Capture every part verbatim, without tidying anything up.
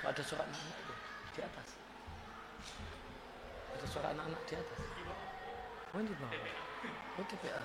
Ada suara anak-anak itu di atas. Ada suara anak-anak di atas. Oh ini bawah. Oh T P A.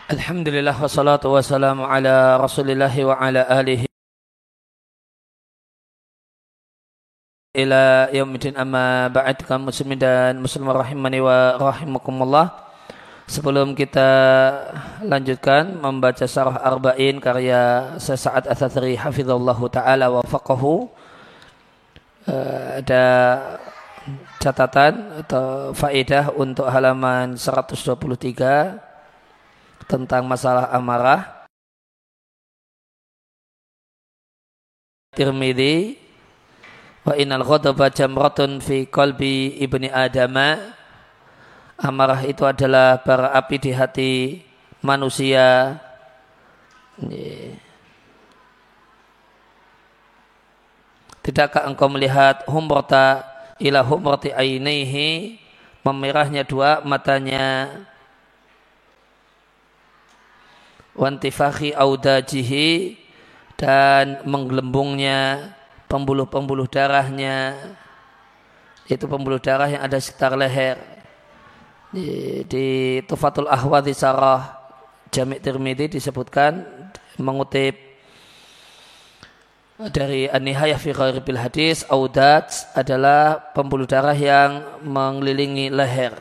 Alhamdulillah wassalatu wassalamu ala rasulillahi wa ala alihi ila yaumidin amma ba'd kaum muslimin dan muslimah rahimani wa rahimakumullah. Sebelum kita lanjutkan membaca syarah Arba'in karya Sa'ad Ats-Tsatsari hafizallahu ta'ala wa faqahu, ada catatan atau faedah untuk halaman seratus dua puluh tiga tentang masalah amarah. Tirmidzi, wa innal ghadaba jamratun fi qalbi ibni adama. Amarah itu adalah bara api di hati manusia. Tidakkah engkau melihat humrata ila humrati ainaihi, memerahnya dua matanya, wantifakhi audajihi, dan menggelembungnya pembuluh-pembuluh darahnya, itu pembuluh darah yang ada sekitar leher. Di, di Tufatul Ahwadhi Sarah Jami' Tirmidzi disebutkan, mengutip dari An-Nihayah fi Gharibil Hadis, audaj adalah pembuluh darah yang mengelilingi leher.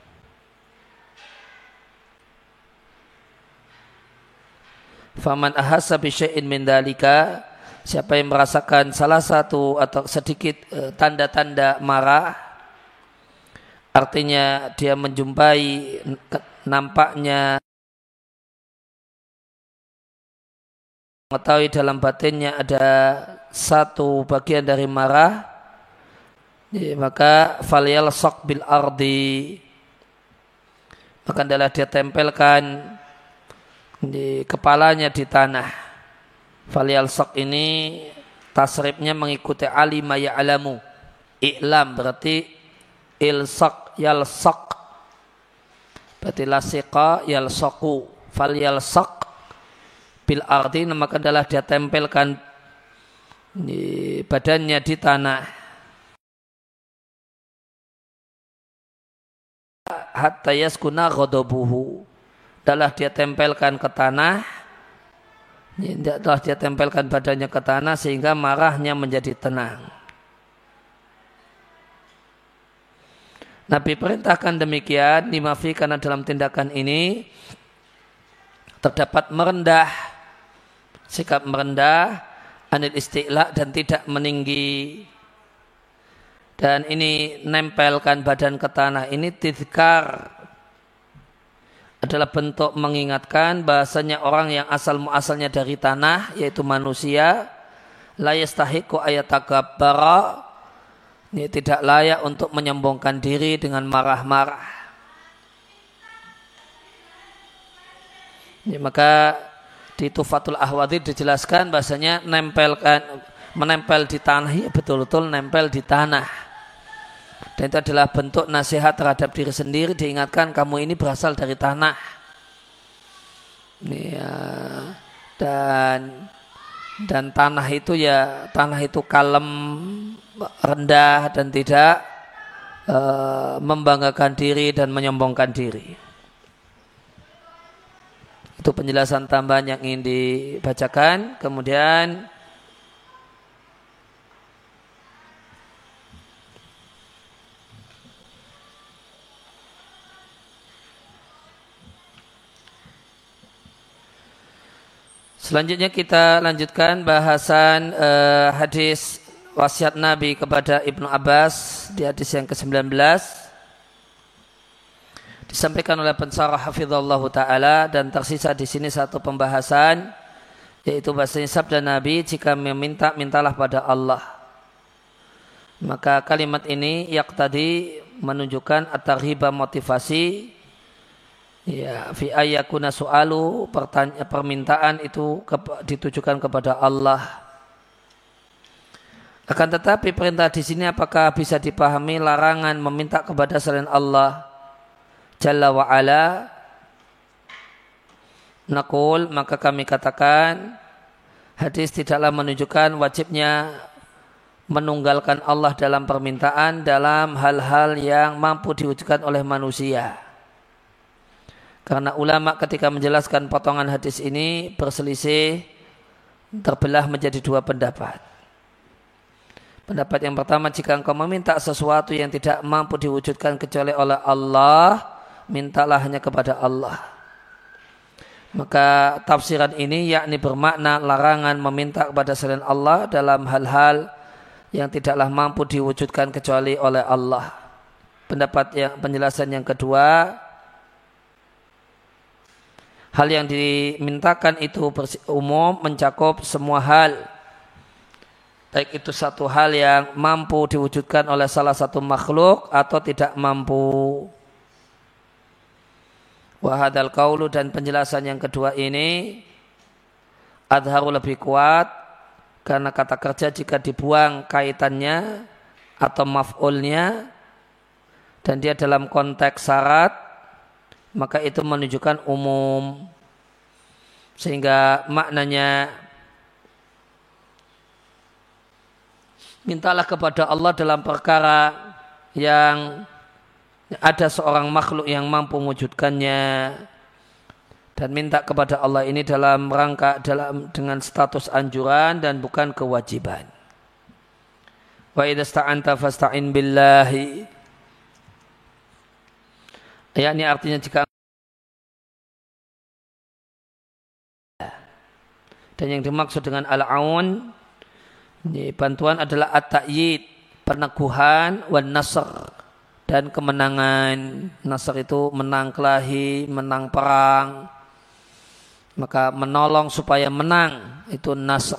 Faman ahassa bi syai'in min dalika, siapa yang merasakan salah satu atau sedikit e, tanda-tanda marah, artinya dia menjumpai nampaknya, mengetahui dalam batinnya ada satu bagian dari marah, ya, maka falyalsaq bil ardi, maka adalah dia tempelkan di kepalanya di tanah. Falyalsaq ini tasrifnya mengikuti alima ya'lamu. I'lam berarti ilsaq, yalsaq berarti lasiqa yalsaqu. Falyalsaq bil ardi, maka adalah dia tempelkan di badannya di tanah. Hatta yaskuna ghadabuhu, adalah dia tempelkan ke tanah, adalah dia tempelkan badannya ke tanah sehingga marahnya menjadi tenang. Nabi perintahkan demikian, limafi, karena dalam tindakan ini terdapat merendah, sikap merendah, anil isti'la, dan tidak meninggi. Dan ini nempelkan badan ke tanah ini tizkar, adalah bentuk mengingatkan bahasanya orang yang asal muasalnya dari tanah, yaitu manusia, la yastahiqu ayatakabbara, ini tidak layak untuk menyombongkan diri dengan marah-marah. Ya, maka di Tufatul Ahwadhi dijelaskan bahasanya nempelkan, menempel di tanah, ya betul-betul nempel di tanah. Dan itu adalah bentuk nasihat terhadap diri sendiri, diingatkan kamu ini berasal dari tanah. Ya, dan dan tanah itu ya tanah itu kalem, rendah, dan tidak uh, membanggakan diri dan menyombongkan diri. Itu penjelasan tambahan yang ingin dibacakan. Kemudian selanjutnya kita lanjutkan bahasan uh, hadis wasiat Nabi kepada Ibnu Abbas di hadis yang ke sembilan belas. Disampaikan oleh pensarah hafizallahu ta'ala, dan tersisa di sini satu pembahasan, yaitu bahasanya sabda Nabi, jika meminta, mintalah pada Allah. Maka kalimat ini yaqtadi menunjukkan at-tarhiba, motivasi, ya, fi ayyakuna su'alu, permintaan itu ditujukan kepada Allah. Akan tetapi perintah di sini apakah bisa dipahami larangan meminta kepada selain Allah Jalla wa ala? Naqul, maka kami katakan, hadis tidaklah menunjukkan wajibnya menunggalkan Allah dalam permintaan dalam hal-hal yang mampu diwujudkan oleh manusia. Karena ulama ketika menjelaskan potongan hadis ini berselisih, terbelah menjadi dua pendapat. Pendapat yang pertama, jika engkau meminta sesuatu yang tidak mampu diwujudkan kecuali oleh Allah, mintalah hanya kepada Allah. Maka tafsiran ini yakni bermakna larangan meminta kepada selain Allah dalam hal-hal yang tidaklah mampu diwujudkan kecuali oleh Allah. Pendapat yang penjelasan yang kedua, hal yang dimintakan itu umum, mencakup semua hal, baik itu satu hal yang mampu diwujudkan oleh salah satu makhluk atau tidak mampu. Wa hadzal qaulu, dan penjelasan yang kedua ini adharu lebih kuat, karena kata kerja jika dibuang kaitannya atau maf'ulnya dan dia dalam konteks syarat, maka itu menunjukkan umum, sehingga maknanya mintalah kepada Allah dalam perkara yang ada seorang makhluk yang mampu mewujudkannya, dan minta kepada Allah ini dalam rangka dalam dengan status anjuran dan bukan kewajiban. Wa idza sta'anta fasta'in billahi, yakni artinya jika, dan yang dimaksud dengan al-aun ini bantuan adalah at-ta'yid, peneguhan, wan nasr, dan kemenangan. Nasr itu menang kelahi, menang perang, maka menolong supaya menang itu nasr.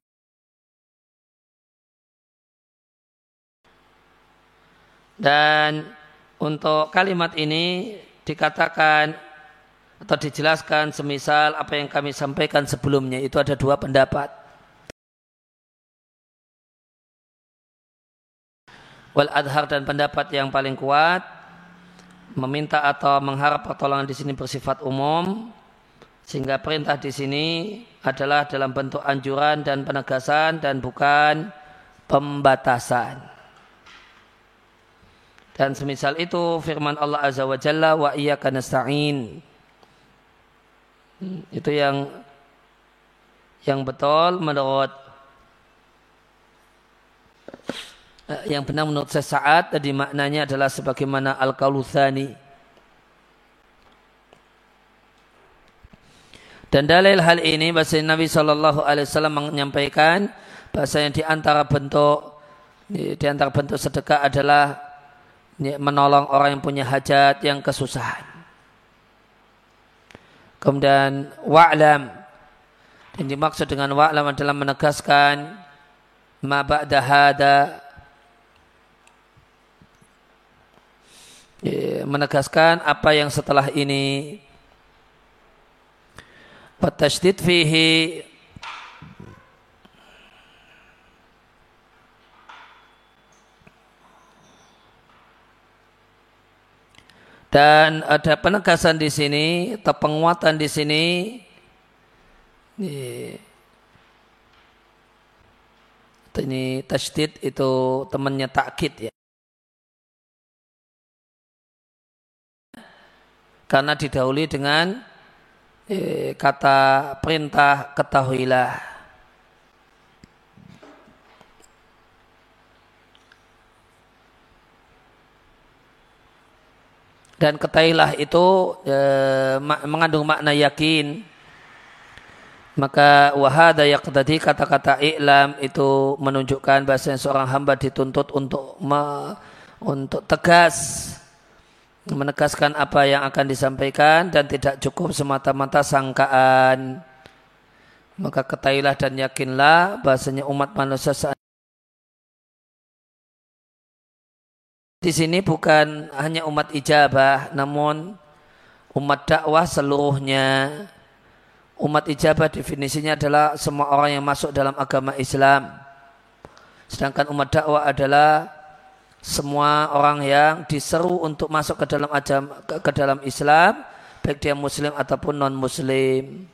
Dan untuk kalimat ini dikatakan atau dijelaskan semisal apa yang kami sampaikan sebelumnya, itu ada dua pendapat. Wal adhar, dan pendapat yang paling kuat, meminta atau mengharap pertolongan di sini bersifat umum, sehingga perintah di sini adalah dalam bentuk anjuran dan penegasan dan bukan pembatasan. Dan semisal itu firman Allah Azza wa Jalla, wa iyyaka nasta'in. Itu yang yang betul menurut yang benar menurut sesaat, tadi maknanya adalah sebagaimana al-qaulu tsani. Dan dalil hal ini bahasa Nabi shallallahu alaihi wasallam menyampaikan bahasanya di antara bentuk di antara bentuk sedekah adalah menolong orang yang punya hajat, yang kesusahan. Kemudian wa'lam, yang dimaksud dengan wa'lam adalah menegaskan ma ba'da hada, menegaskan apa yang setelah ini. Fatashdid fihi, dan ada penegasan di sini atau penguatan di sini. Ini tasydid itu temannya takkid ya. Karena didahului dengan eh, kata perintah ketahuilah. Dan ketahuilah itu e, mengandung makna yakin. Maka wahada yaqtadi, kata-kata i'lam itu menunjukkan bahasa seorang hamba dituntut untuk me, untuk tegas, menegaskan apa yang akan disampaikan dan tidak cukup semata-mata sangkaan. Maka ketahuilah dan yakinlah bahasanya umat manusia saat di sini bukan hanya umat ijabah, namun umat dakwah seluruhnya. Umat ijabah definisinya adalah semua orang yang masuk dalam agama Islam. Sedangkan umat dakwah adalah semua orang yang diseru untuk masuk ke dalam agama, ke, ke dalam Islam, baik dia muslim ataupun non-muslim.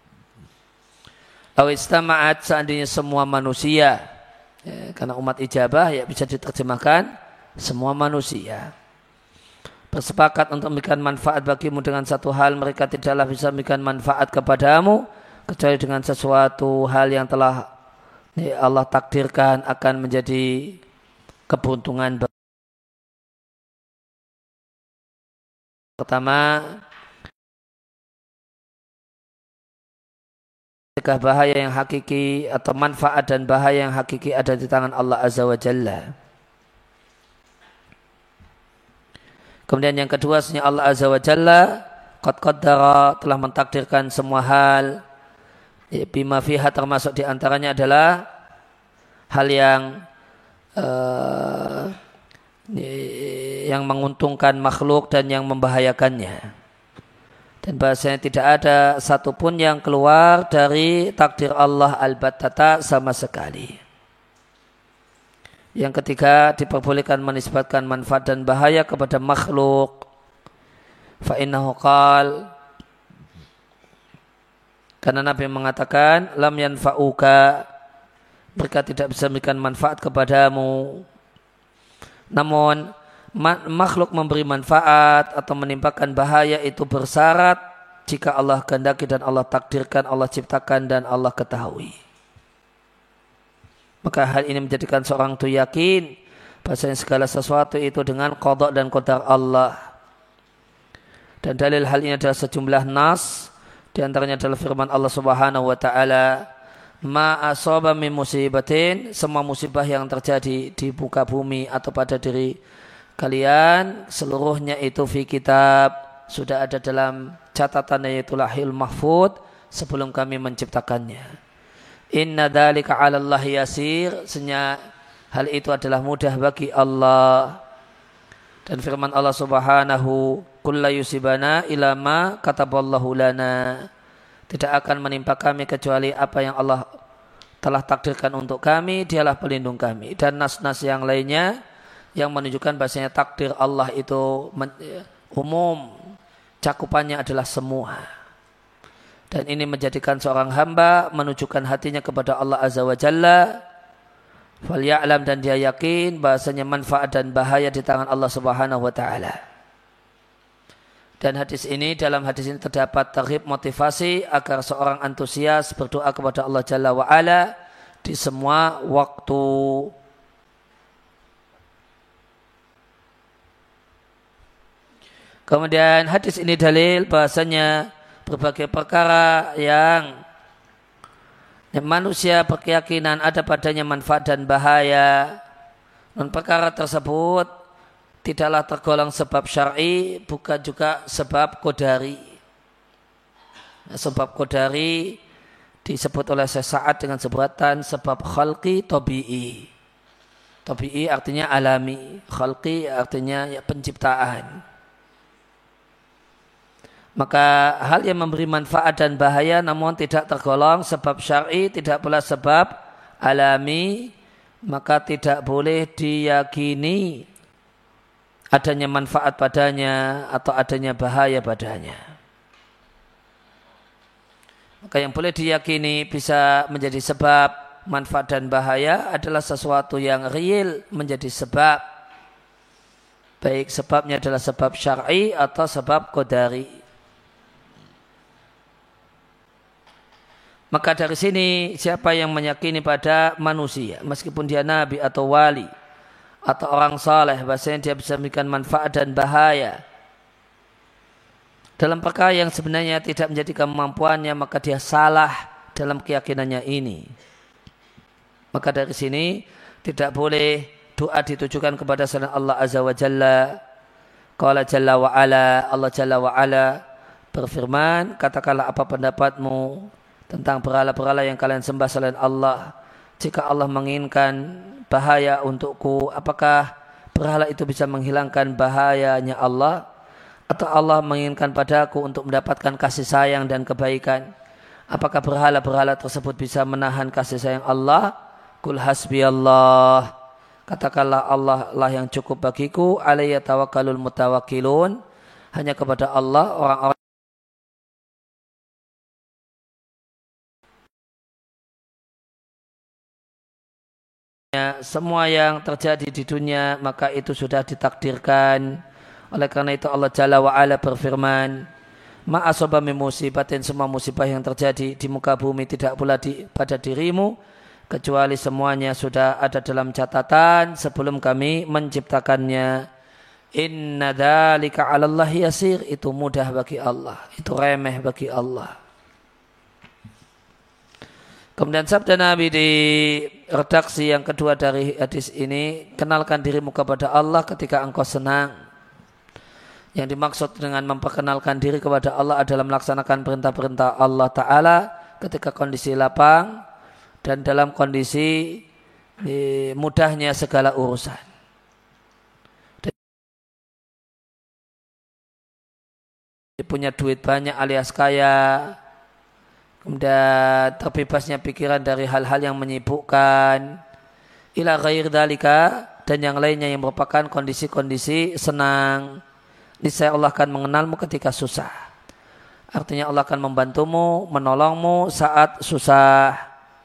Aw istama'at, seandainya semua manusia. Ya, karena umat ijabah ya bisa diterjemahkan semua manusia. bersepakat untuk memberikan manfaat bagimu dengan satu hal, mereka tidaklah bisa memberikan manfaat kepadamu kecuali dengan sesuatu hal yang telah Allah takdirkan akan menjadi keberuntungan. Pertama, jika bahaya yang hakiki atau manfaat dan bahaya yang hakiki ada di tangan Allah Azza wa Jalla. Kemudian yang kedua, sesungguhnya Allah Azza wa Jalla qad qaddara, telah mentakdirkan semua hal, bima fiha, termasuk diantaranya adalah hal yang uh, yang menguntungkan makhluk dan yang membahayakannya. Dan bahasanya tidak ada satupun yang keluar dari takdir Allah al-battata sama sekali. Yang ketiga, diperbolehkan menisbatkan manfaat dan bahaya kepada makhluk. Fa innahu qal, karena Nabi mengatakan, lam yanfa'uka, mereka tidak bisa memberikan manfaat kepadamu. Namun makhluk memberi manfaat atau menimpakan bahaya itu bersyarat jika Allah kehendaki dan Allah takdirkan, Allah ciptakan dan Allah ketahui. Maka hal ini menjadikan seorang itu yakin bahasanya segala sesuatu itu dengan qada dan qadar Allah. Dan dalil hal ini adalah sejumlah nas, di antaranya adalah firman Allah Subhanahu wa taala, ma asaba min musibatin, semua musibah yang terjadi di muka bumi atau pada diri kalian seluruhnya itu fi kitab, sudah ada dalam catatan, yaitu Lauhul Mahfuz, sebelum kami menciptakannya. Inna dzalika 'ala Allah yasir, senya hal itu adalah mudah bagi Allah. Dan firman Allah Subhanahu, kullu yusibana ila ma kataballahu lana, tidak akan menimpa kami kecuali apa yang Allah telah takdirkan untuk kami, dialah pelindung kami. Dan nas-nas yang lainnya yang menunjukkan bahasanya takdir Allah itu umum, cakupannya adalah semua. Dan ini menjadikan seorang hamba menunjukkan hatinya kepada Allah Azza wa Jalla, falya'lam, dan dia yakin bahasanya manfaat dan bahaya di tangan Allah Subhanahu wa taala. Dan hadis ini, dalam hadis ini terdapat tarhib, motivasi agar seorang antusias berdoa kepada Allah Jalla wa Ala di semua waktu. Kemudian hadis ini dalil bahasanya berbagai perkara yang, yang manusia berkeyakinan ada padanya manfaat dan bahaya, dan perkara tersebut tidaklah tergolong sebab syar'i, bukan juga sebab qadari. Sebab qadari disebut oleh sesaat dengan sebutan sebab khalqi tabi'i. Tabi'i artinya alami, khalqi artinya ya penciptaan. Maka hal yang memberi manfaat dan bahaya namun tidak tergolong sebab syar'i, tidak pula sebab alami, maka tidak boleh diyakini adanya manfaat padanya atau adanya bahaya padanya. Maka yang boleh diyakini bisa menjadi sebab manfaat dan bahaya adalah sesuatu yang real menjadi sebab, baik sebabnya adalah sebab syar'i atau sebab qadari. Maka dari sini siapa yang meyakini pada manusia, meskipun dia nabi atau wali atau orang saleh, bahasanya dia bisa memberikan manfaat dan bahaya dalam perkara yang sebenarnya tidak menjadi kemampuannya, maka dia salah dalam keyakinannya ini. Maka dari sini tidak boleh doa ditujukan kepada selain Allah Azza wa Jalla. Qala Jalla wa Ala, Allah Jalla wa Ala berfirman, katakanlah apa pendapatmu tentang berhala-berhala yang kalian sembah selain Allah. Jika Allah menginginkan bahaya untukku, apakah berhala itu bisa menghilangkan bahayanya Allah? Atau Allah menginginkan padaku untuk mendapatkan kasih sayang dan kebaikan, apakah berhala-berhala tersebut bisa menahan kasih sayang Allah? Qul hasbiyallah, katakanlah Allah lah yang cukup bagiku, alayya tawakkalul mutawakkilun, hanya kepada Allah orang-orang semua yang terjadi di dunia, maka itu sudah ditakdirkan Oleh karena itu Allah Jalla wa'ala berfirman, ma asaba min musibatin, semua musibah yang terjadi di muka bumi tidak pula di, pada dirimu, kecuali semuanya sudah ada dalam catatan sebelum kami menciptakannya. Inna dzalika 'alallahi yasir, itu mudah bagi Allah, itu remeh bagi Allah. Kemudian sabda Nabi di redaksi yang kedua dari hadis ini, kenalkan dirimu kepada Allah ketika engkau senang. Yang dimaksud dengan memperkenalkan diri kepada Allah adalah melaksanakan perintah-perintah Allah Ta'ala ketika kondisi lapang dan dalam kondisi mudahnya segala urusan. Dia punya duit banyak alias kaya, kemudian terbebasnya pikiran dari hal-hal yang menyibukkan, ila ghair dzalika, dan yang lainnya yang merupakan kondisi-kondisi senang. Niscaya Allah akan mengenalmu ketika susah. Artinya Allah akan membantumu, menolongmu saat susah.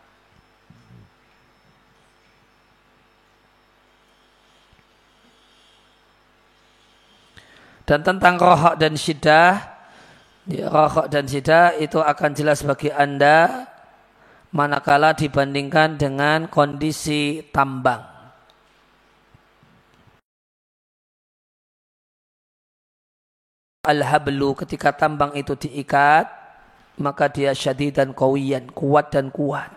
Dan tentang rohak dan syiddah, rohak dan syiddah itu akan jelas bagi Anda manakala dibandingkan dengan kondisi tambang. Al-hablu, ketika tambang itu diikat, maka dia syadid dan qawiyan, kuat dan kuat.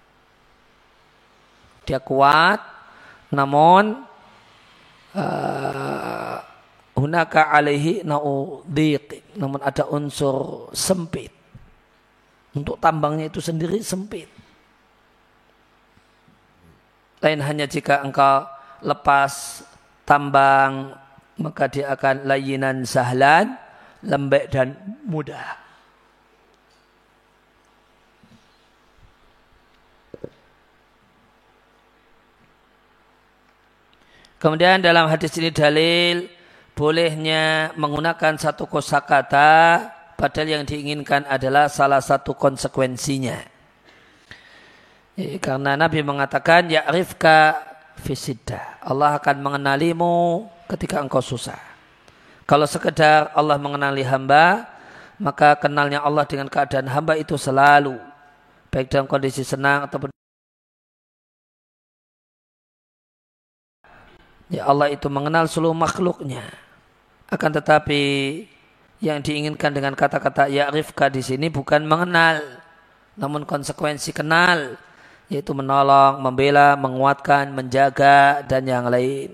Dia kuat, namun uh, hunaka alaihi na'udhiq, namun ada unsur sempit. Untuk tambangnya itu sendiri sempit. Lain hanya jika engkau lepas tambang, maka dia akan layinan sahlan, lembek dan mudah. Kemudian dalam hadis ini dalil bolehnya menggunakan satu kosakata padahal yang diinginkan adalah salah satu konsekuensinya. Karena Nabi mengatakan ya'rifka fisiddah, Allah akan mengenalimu ketika engkau susah. Kalau sekedar Allah mengenali hamba, maka kenalnya Allah dengan keadaan hamba itu selalu, baik dalam kondisi senang ataupun ya Allah itu mengenal seluruh makhluknya. Akan tetapi yang diinginkan dengan kata-kata ya'rifka di sini bukan mengenal, namun konsekuensi kenal, yaitu menolong, membela, menguatkan, menjaga dan yang lain.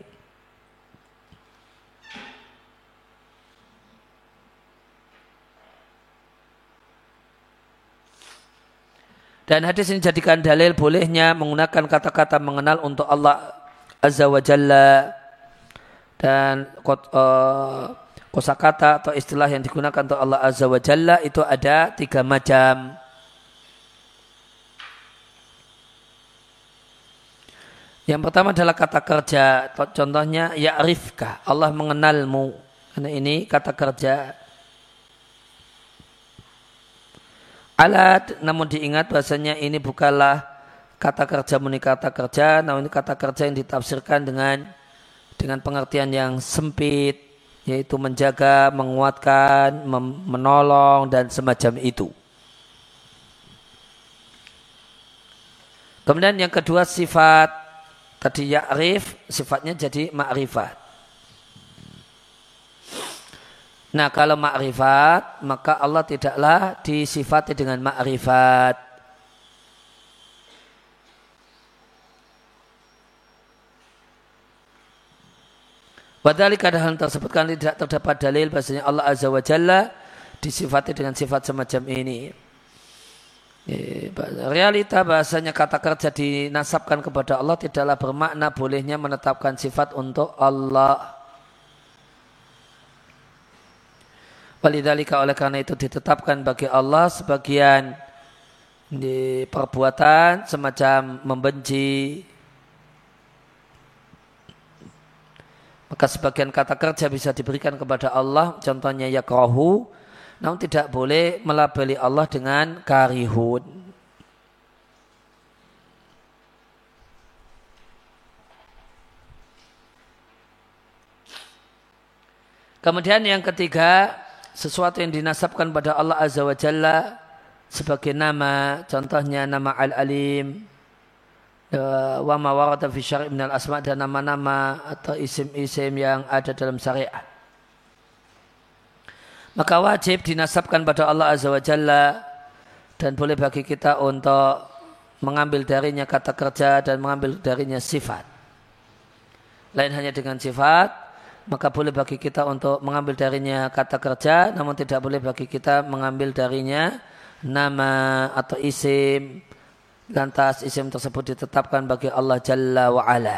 Dan hadis ini jadikan dalil bolehnya menggunakan kata-kata mengenal untuk Allah Azza wa Jalla, dan uh, kosakata atau istilah yang digunakan untuk Allah Azza wa Jalla itu ada tiga macam. Yang pertama adalah kata kerja, contohnya ya'rifka, Allah mengenalmu, karena ini kata kerja. Alat, namun diingat bahasanya ini bukanlah kata kerja murni kata kerja, namun ini kata kerja yang ditafsirkan dengan dengan pengertian yang sempit, yaitu menjaga, menguatkan, mem- menolong dan semacam itu. Kemudian yang kedua sifat, tadi ya'rif, sifatnya jadi ma'rifat. Nah kalau ma'rifat, maka Allah tidaklah disifati dengan ma'rifat. Padahal keadaan tersebut kan tidak terdapat dalil bahasanya Allah Azza wa Jalla disifati dengan sifat semacam ini. Realita bahasanya kata kerja dinasabkan kepada Allah tidaklah bermakna bolehnya menetapkan sifat untuk Allah. Walidzalika, oleh karena itu ditetapkan bagi Allah sebagian di perbuatan semacam membenci. Maka sebagian kata kerja bisa diberikan kepada Allah, contohnya yakrahu, namun tidak boleh melabeli Allah dengan karihun. Kemudian yang ketiga, sesuatu yang dinasabkan pada Allah Azza wa Jalla sebagai nama, contohnya nama Al-Alim, wa ma warada fi syari' minal asma, dan nama-nama atau isim-isim yang ada dalam syariat. Maka wajib dinasabkan pada Allah Azza wa Jalla, dan boleh bagi kita untuk mengambil darinya kata kerja dan mengambil darinya sifat. Lain hanya dengan sifat, maka boleh bagi kita untuk mengambil darinya kata kerja, namun tidak boleh bagi kita mengambil darinya nama atau isim, lantas isim tersebut ditetapkan bagi Allah Jalla wa'ala.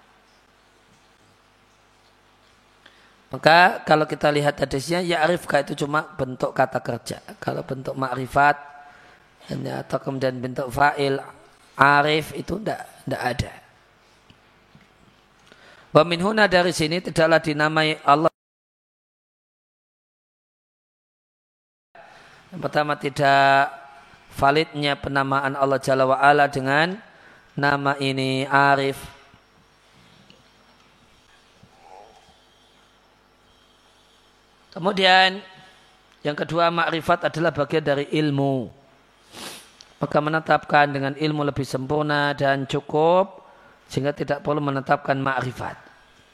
Maka kalau kita lihat hadisnya, ya'rifka itu cuma bentuk kata kerja. Kalau bentuk ma'rifat atau kemudian bentuk fa'il, arif, itu tidak ada. Wa min huna, dari sini tidaklah dinamai Allah. Yang pertama, tidak validnya penamaan Allah Jalla wa'ala dengan nama ini Arif. Kemudian yang kedua, makrifat adalah bagian dari ilmu. Maka menetapkan dengan ilmu lebih sempurna dan cukup, sehingga tidak perlu menetapkan makrifat.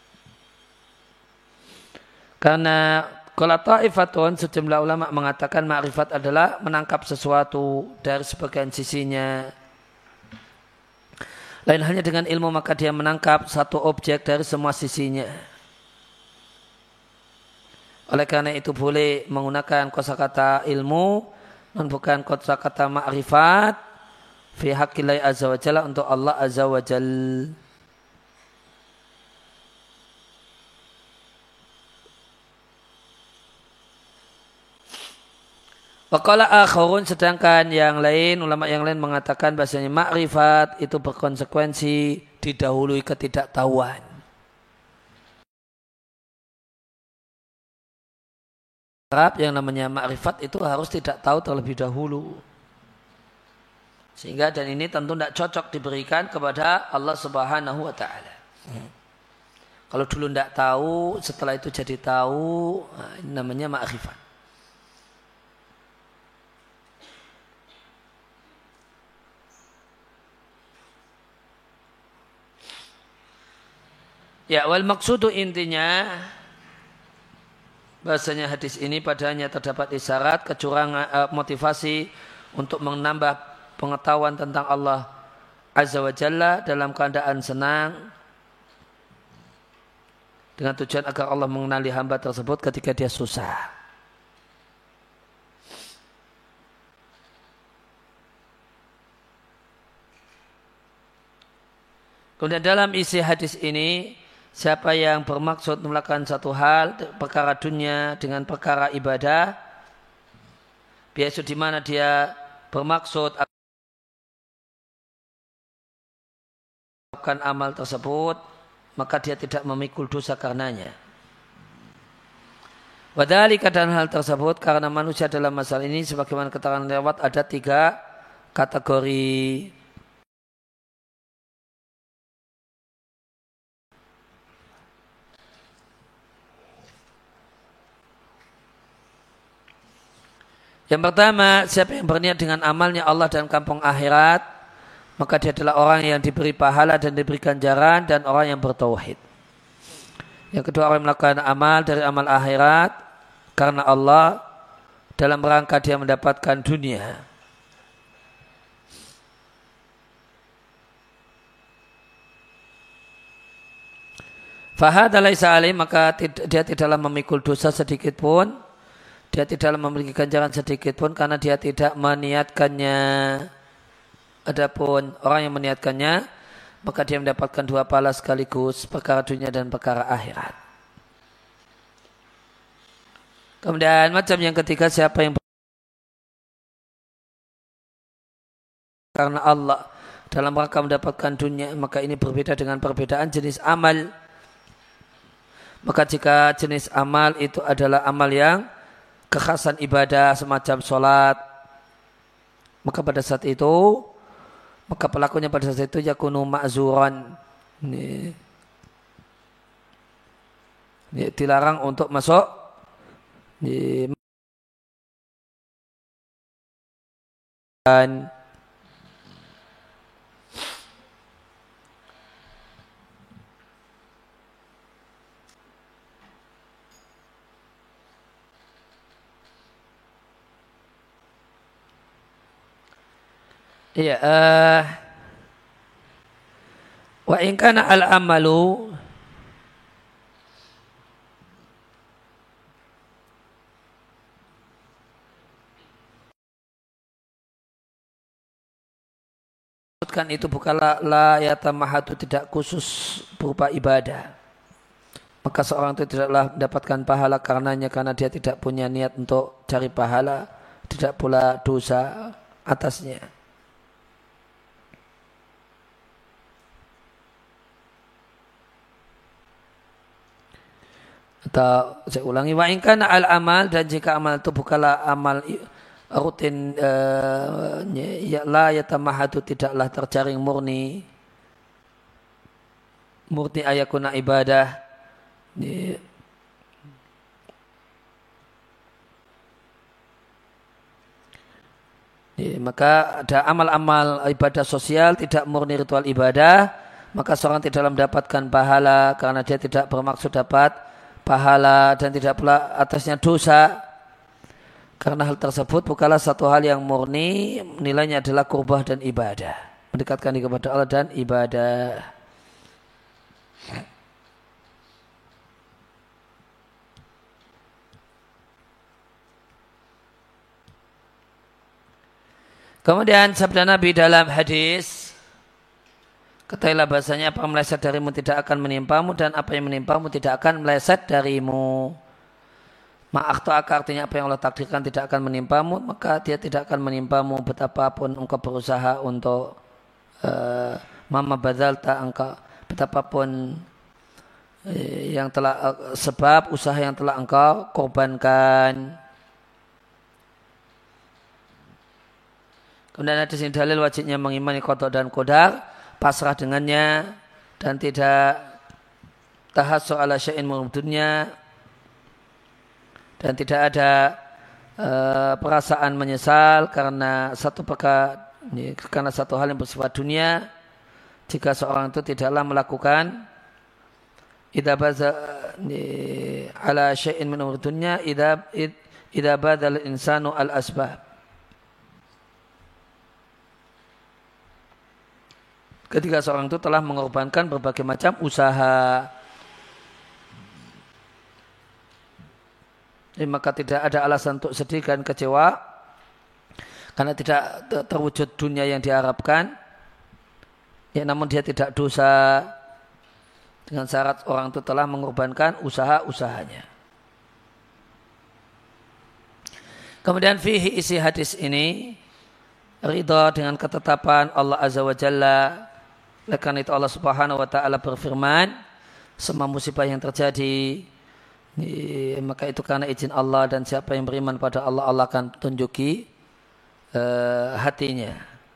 Karena kalau ta'ifatun, sejumlah ulama mengatakan ma'rifat adalah menangkap sesuatu dari sebagian sisinya. Lain hanya dengan ilmu, maka dia menangkap satu objek dari semua sisinya. Oleh karena itu boleh menggunakan kosakata ilmu dan bukan kosakata ma'rifat fi haqqillahi azza wa jalla untuk Allah azza wa jalla. Waqala akhirun, sedangkan yang lain, ulama yang lain mengatakan bahasanya makrifat itu berkonsekuensi didahului ketidaktahuan. Arab yang namanya makrifat itu harus tidak tahu terlebih dahulu. Sehingga dan ini tentu tidak cocok diberikan kepada Allah Subhanahu wa taala. Hmm. Kalau dulu tidak tahu, setelah itu jadi tahu, nah, ini namanya makrifat. Ya, wal maksudu, intinya bahasanya hadis ini padanya terdapat isyarat kecurangan, eh, motivasi untuk menambah pengetahuan tentang Allah Azza wa Jalla dalam keadaan senang, dengan tujuan agar Allah mengenali hamba tersebut ketika dia susah. Kemudian dalam isi hadis ini, siapa yang bermaksud melakukan satu hal, perkara dunia dengan perkara ibadah, biasa di mana dia bermaksud akan amal tersebut, maka dia tidak memikul dosa karenanya. Wadhalika, dan hal tersebut karena manusia dalam masalah ini, sebagaimana keterangan lewat, ada tiga kategori. Yang pertama, siapa yang berniat dengan amalnya Allah dan kampung akhirat, maka dia adalah orang yang diberi pahala dan diberi ganjaran dan orang yang bertauhid. Yang kedua, orang yang melakukan amal dari amal akhirat karena Allah dalam rangka dia mendapatkan dunia. Fahadha laisa alaih, maka dia tidaklah memikul dosa sedikit pun. Dia tidaklah memiliki ganjaran sedikit pun karena dia tidak meniatkannya. Adapun orang yang meniatkannya, maka dia mendapatkan dua pahala sekaligus, perkara dunia dan perkara akhirat. Kemudian macam yang ketiga, siapa yang karena Allah dalam rangka mendapatkan dunia, maka ini berbeda dengan perbedaan jenis amal. Maka jika jenis amal itu adalah amal yang kekhasan ibadah semacam sholat, maka pada saat itu, maka pelakunya pada saat itu yakunu ma'zuran, ini, ini dilarang untuk masuk dan iya, uh, wa in kana al amalu kan itu bukanlah la yatamahatu, tidak khusus berupa ibadah. Maka seorang itu tidaklah mendapatkan pahala karenanya, karena dia tidak punya niat untuk cari pahala, tidak pula dosa atasnya. Atau saya ulangi, wa in kana al amal, dan jika amal itu bukanlah amal rutin, uh, ya la yatamahatu, tidaklah terjaring murni murni ayakuna ibadah. Ya. Ya, maka ada amal-amal ibadah sosial tidak murni ritual ibadah, maka seorang tidaklah mendapatkan pahala karena dia tidak bermaksud dapat pahala dan tidak pula atasnya dosa, karena hal tersebut bukanlah satu hal yang murni, nilainya adalah qurbah dan ibadah, mendekatkan diri kepada Allah dan ibadah. Kemudian sabda Nabi dalam hadis, ketahuilah bahasanya apa yang meleset darimu tidak akan menimpamu, dan apa yang menimpamu tidak akan meleset darimu. Ma'akhto'aka, artinya apa yang Allah takdirkan tidak akan menimpamu, maka dia tidak akan menimpamu betapapun engkau berusaha untuk uh, mama badalta, engkau betapapun uh, yang telah uh, sebab usaha yang telah engkau korbankan. Kemudian ada sini dalil wajibnya mengimani qada dan qadar, pasrah dengannya dan tidak tahassu ala syai'in min dunya, dan tidak ada uh, perasaan menyesal karena satu perkara, karena satu hal yang bersifat dunia, jika seorang itu tidaklah melakukan idza baza ala syai'in min dunya idza idza badal insanu al asbab. Ketika seorang itu telah mengorbankan berbagai macam usaha, jadi maka tidak ada alasan untuk sedih dan kecewa karena tidak terwujud dunia yang diharapkan. Ya, namun dia tidak dosa dengan syarat orang itu telah mengorbankan usaha-usahanya. Kemudian fihi, isi hadis ini, ridha dengan ketetapan Allah Azza wa Jalla. Oleh karena itu Allah Subhanahu wa Ta'ala berfirman, semua musibah yang terjadi maka itu karena izin Allah, dan siapa yang beriman pada Allah, Allah akan tunjuki uh, hatinya.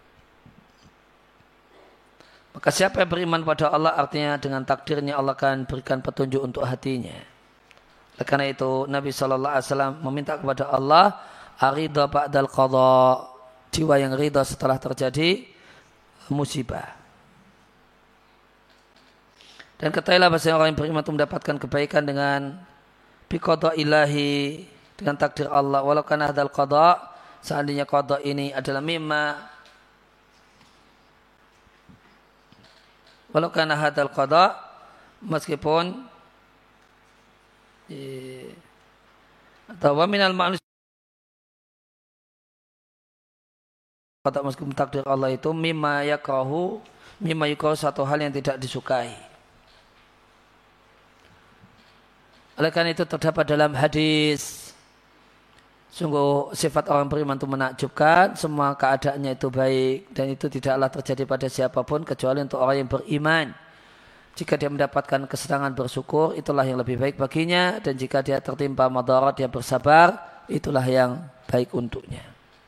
Maka siapa yang beriman pada Allah, artinya dengan takdirnya Allah akan berikan petunjuk untuk hatinya. Oleh karena itu Nabi shallallahu alaihi wasallam meminta kepada Allah aridha ba'dal qadha, jiwa yang ridha setelah terjadi musibah. Dan ketahuilah bahasa orang yang beriman itu mendapatkan kebaikan dengan biqadha ilahi, dengan takdir Allah. Walau kana hadzal qadha, seandainya qadha ini adalah mimma, walau kana hadzal qadha, meskipun atau wa minal ma'lum, kata meskipun takdir Allah itu mimma yakrahu, mimma yakrahu, satu hal yang tidak disukai. Oleh karena itu terdapat dalam hadis, sungguh sifat orang beriman itu menakjubkan, semua keadaannya itu baik, dan itu tidaklah terjadi pada siapapun kecuali untuk orang yang beriman. Jika dia mendapatkan kesenangan bersyukur, itulah yang lebih baik baginya, dan jika dia tertimpa madarat, dia bersabar, itulah yang baik untuknya.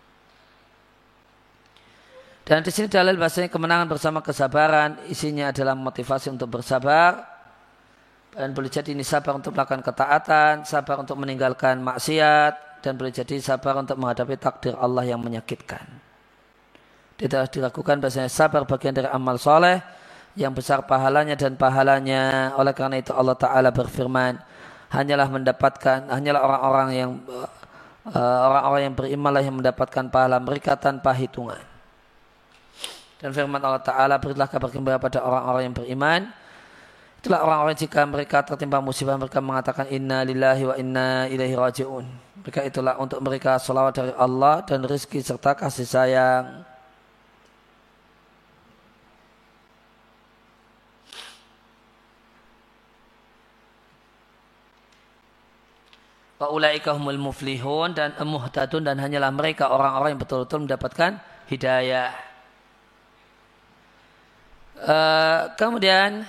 Dan di sini dalil bahasanya kemenangan bersama kesabaran, isinya adalah motivasi untuk bersabar. Dan boleh jadi ini sabar untuk melakukan ketaatan, sabar untuk meninggalkan maksiat, dan boleh jadi sabar untuk menghadapi takdir Allah yang menyakitkan. Tidak dilakukan bahasanya sabar bagian dari amal soleh yang besar pahalanya dan pahalanya. Oleh karena itu Allah Ta'ala berfirman, hanyalah mendapatkan, hanyalah orang-orang yang uh, orang-orang yang berimanlah yang mendapatkan pahala mereka tanpa hitungan. Dan firman Allah Ta'ala, berilah kabar gembira pada orang-orang yang beriman. Itulah orang-orang jika mereka tertimpa musibah mereka mengatakan inna lillahi wa inna ilaihi raji'un. Mereka itulah untuk mereka salawat dari Allah dan rezeki serta kasih sayang. Wa ulaika humul muflihun, dan muhtadun, dan hanyalah mereka orang-orang yang betul-betul mendapatkan hidayah. Uh, kemudian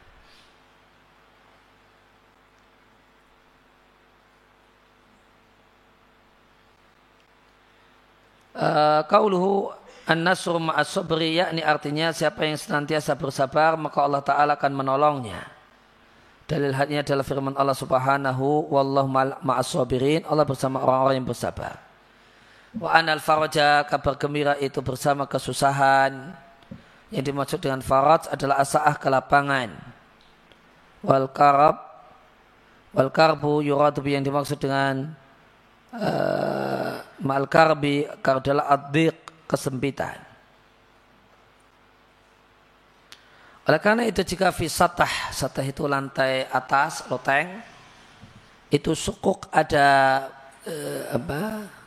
Uh, Qauluhu an-nasru ma'as sabri, yakni artinya siapa yang senantiasa bersabar maka Allah Ta'ala akan menolongnya. Dalil hadnya adalah firman Allah Subhanahu wallahu ma'as sabirin, Allah bersama orang-orang yang bersabar. Wa anal faraja, kabar gembira itu bersama kesusahan. Yang dimaksud dengan faraj adalah asa'ah kelapangan. Wal karab wal karbu yuradu, yang dimaksud dengan Uh, ma'al karbi adalah ad-dhiq, kesempitan. Oleh karena itu jika fi satah, satah itu lantai atas, loteng, itu sukuk ada uh, apa?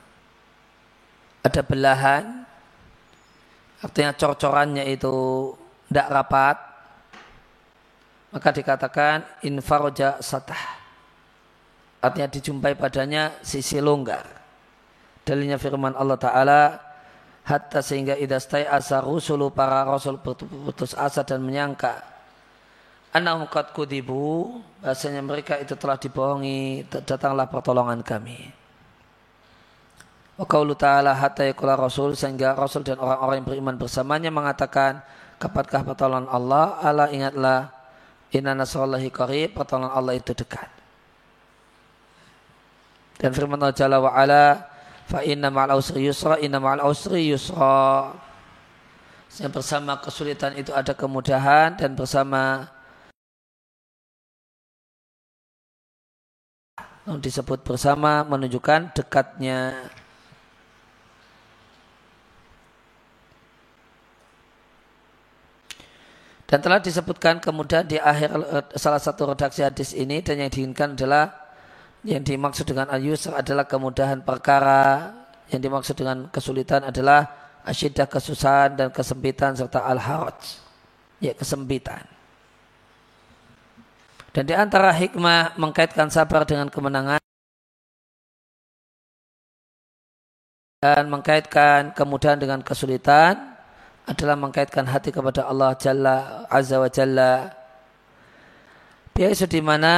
Ada belahan, artinya cor-corannya itu tidak rapat, maka dikatakan infaroja satah. Artinya dijumpai padanya sisi longgar. Dalilnya firman Allah Ta'ala, hatta sehingga idastai asa rusulu, para rasul berputus asa dan menyangka annahum qad kudibu, bahasanya mereka itu telah dibohongi, datanglah pertolongan kami. Wa qaulu ta'ala hatta yaqula rasul, sehingga rasul dan orang-orang yang beriman bersamanya mengatakan, kapatkah pertolongan Allah? Ala, ingatlah, inna nasrallahi qarib, pertolongan Allah itu dekat. Dan firman Allah Jalla wa Ala, fa inna ma'al usri yusra, inna ma'al usri yusra. Yang bersama kesulitan itu ada kemudahan, dan bersama disebut bersama menunjukkan dekatnya. Dan telah disebutkan kemudian di akhir salah satu redaksi hadis ini, dan yang diinginkan adalah yang dimaksud dengan al-yusr adalah kemudahan perkara, yang dimaksud dengan kesulitan adalah asyiddah, kesusahan dan kesempitan, serta al-haraj, ya kesempitan. Dan di antara hikmah mengkaitkan sabar dengan kemenangan dan mengkaitkan kemudahan dengan kesulitan adalah mengkaitkan hati kepada Allah Jalla Azza wa Jalla. Biasa di mana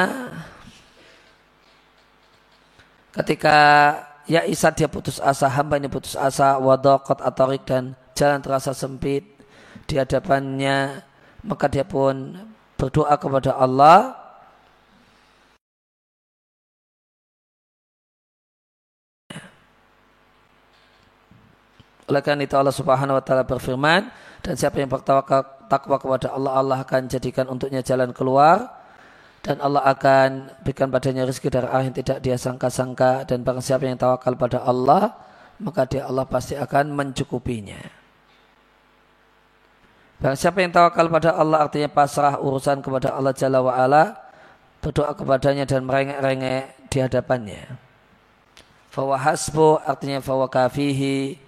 ketika ya Isa dia putus asa, hamba ini putus asa, wadaqat atarik, dan jalan terasa sempit di hadapannya, maka dia pun berdoa kepada Allah. Oleh karena itu Allah Subhanahu wa taala berfirman, dan siapa yang bertawakal takwa kepada Allah, Allah akan jadikan untuknya jalan keluar, dan Allah akan berikan padanya rezeki dari arah yang tidak dia sangka-sangka. Dan barang siapa yang tawakal pada Allah, maka dia Allah pasti akan mencukupinya. Barang siapa yang tawakal pada Allah artinya pasrah urusan kepada Allah Jalla wa'ala, berdoa kepadanya dan merengek-rengek di hadapannya. Fawa hasbu artinya fawa kafihi,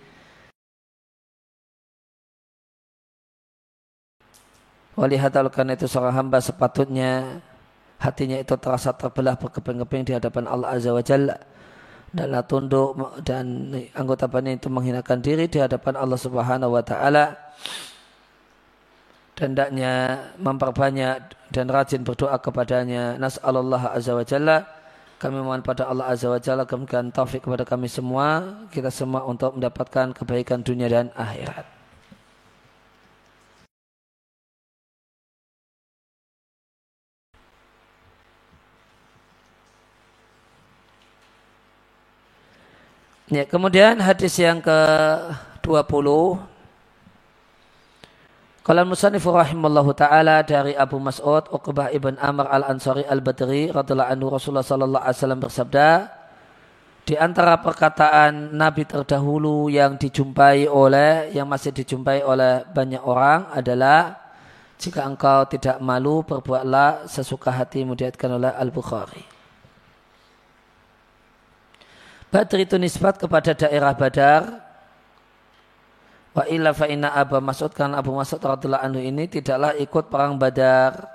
walihatalu, karena itu seorang hamba sepatutnya hatinya itu terasa terbelah berkeping-keping di hadapan Allah Azza wa Jalla, danlah tunduk dan anggota badannya itu menghinakan diri di hadapan Allah Subhanahu wa taala, dan hendaknya memperbanyak dan rajin berdoa kepadanya. Nas'alullah Azza wa Jalla, kami mohon pada Allah Azza wa Jalla memberikan taufik kepada kami semua, kita semua, untuk mendapatkan kebaikan dunia dan akhirat. Ya, kemudian hadis yang ke dua puluh. Qala al-musannif rahimallahu taala dari Abu Mas'ud Uqbah ibn Amr al-Ansari al-Badri radhiyallahu anhu Rasulullah sallallahu alaihi wasallam bersabda, di antara perkataan Nabi terdahulu yang dijumpai oleh yang masih dijumpai oleh banyak orang adalah, jika engkau tidak malu berbuatlah sesuka hatimu, diriwayatkan oleh Al-Bukhari. Badr itu nisbat kepada daerah Badar. Wa illa fa inna Abu Mas'ud, karena Abu Mas'ud radhiyallahu anhu ini tidaklah ikut perang Badar.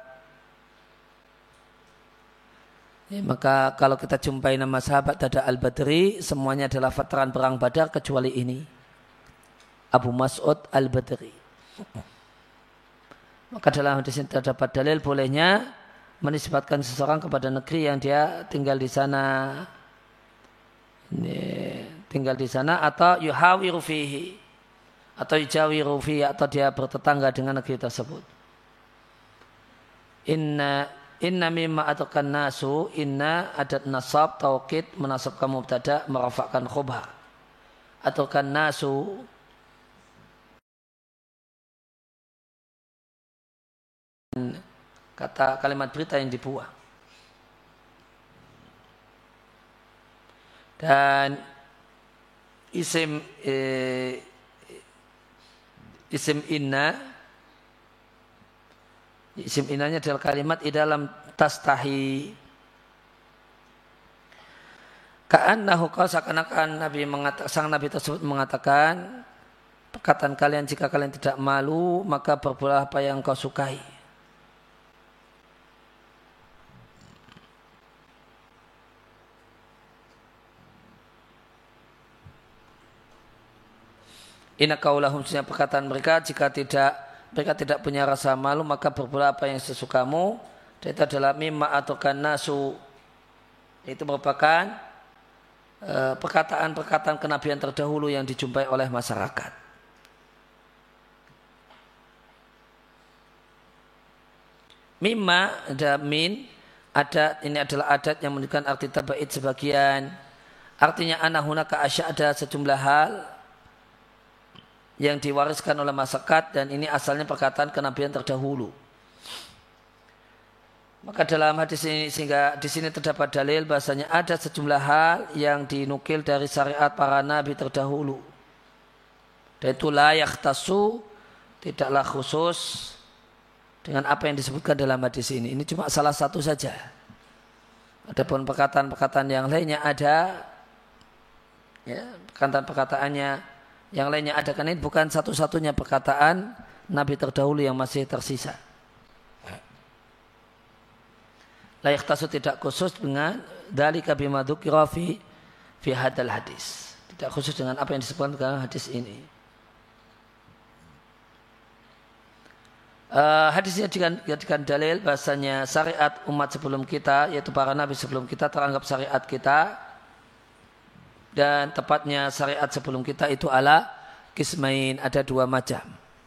Ya, maka kalau kita jumpai nama sahabat ada Al-Badri, semuanya adalah veteran perang Badar kecuali ini, Abu Mas'ud Al-Badri. Maka dalam hadis ini terdapat dalil bolehnya menisbatkan seseorang kepada negeri yang dia tinggal di sana, ini, tinggal di sana atau yuhawiru fihi, atau yujawiru fihi, atau dia bertetangga dengan negeri tersebut. Inna inna mimma atakan nasu, inna adat nasab taukid menasabkan mubtada merafakkan khubha. Atakan nasu kata kalimat berita yang dibuang. Dan isim eh, isim inna, isim innanya adalah kalimat di dalam tastahi. Ka'annahu qala, seakan-akan Nabi mengatakan, sang Nabi tersebut mengatakan, perkataan kalian jika kalian tidak malu maka berbuatlah apa yang kau sukai. Inna qaulahum, sebenarnya perkataan mereka, jika tidak mereka tidak punya rasa malu maka berbuat apa yang sesukamu. Dan itu adalah mimma atakan nasu, itu merupakan uh, perkataan-perkataan kenabian terdahulu yang dijumpai oleh masyarakat. Mimma ada min, adat, ini adalah adat yang menunjukkan arti tabaid sebagian. Artinya anahunaka asya, ada sejumlah hal yang diwariskan oleh masyarakat, dan ini asalnya perkataan kenabian terdahulu. Maka dalam hadis ini, sehingga di sini terdapat dalil bahasanya ada sejumlah hal yang dinukil dari syariat para nabi terdahulu. Dan itu la yakhtasu, tidaklah khusus dengan apa yang disebutkan dalam hadis ini. Ini cuma salah satu saja. Adapun perkataan-perkataan yang lainnya ada, ya, perkataan-perkataannya yang lainnya ada, karena ini bukan satu-satunya perkataan Nabi terdahulu yang masih tersisa. La yakhtasu, tidak khusus dengan dzalika bima dzukira fi fi hadzal hadis. Tidak khusus dengan apa yang disebutkan dalam hadis ini. Uh, hadis ini dijadikan dalil bahasanya syariat umat sebelum kita, yaitu para nabi sebelum kita, teranggap syariat kita. Dan tepatnya syariat sebelum kita itu ala kismain, ada dua macam.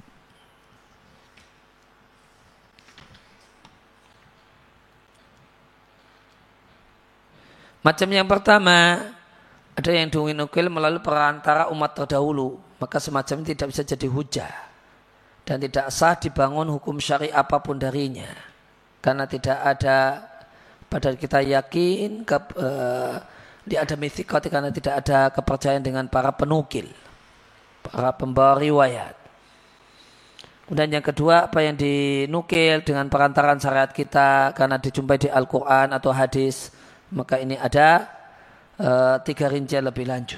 Macam yang pertama, ada yang dinukil melalui perantara umat terdahulu, maka semacam ini tidak bisa jadi hujah dan tidak sah dibangun hukum syari apapun darinya, karena tidak ada, padahal kita yakin ke, uh, di ada mithikot, karena tidak ada kepercayaan dengan para penukil, para pembawa riwayat. Kemudian yang kedua, apa yang dinukil dengan perantaran syariat kita karena dijumpai di Al-Quran atau hadis, maka ini ada uh, tiga rincian lebih lanjut.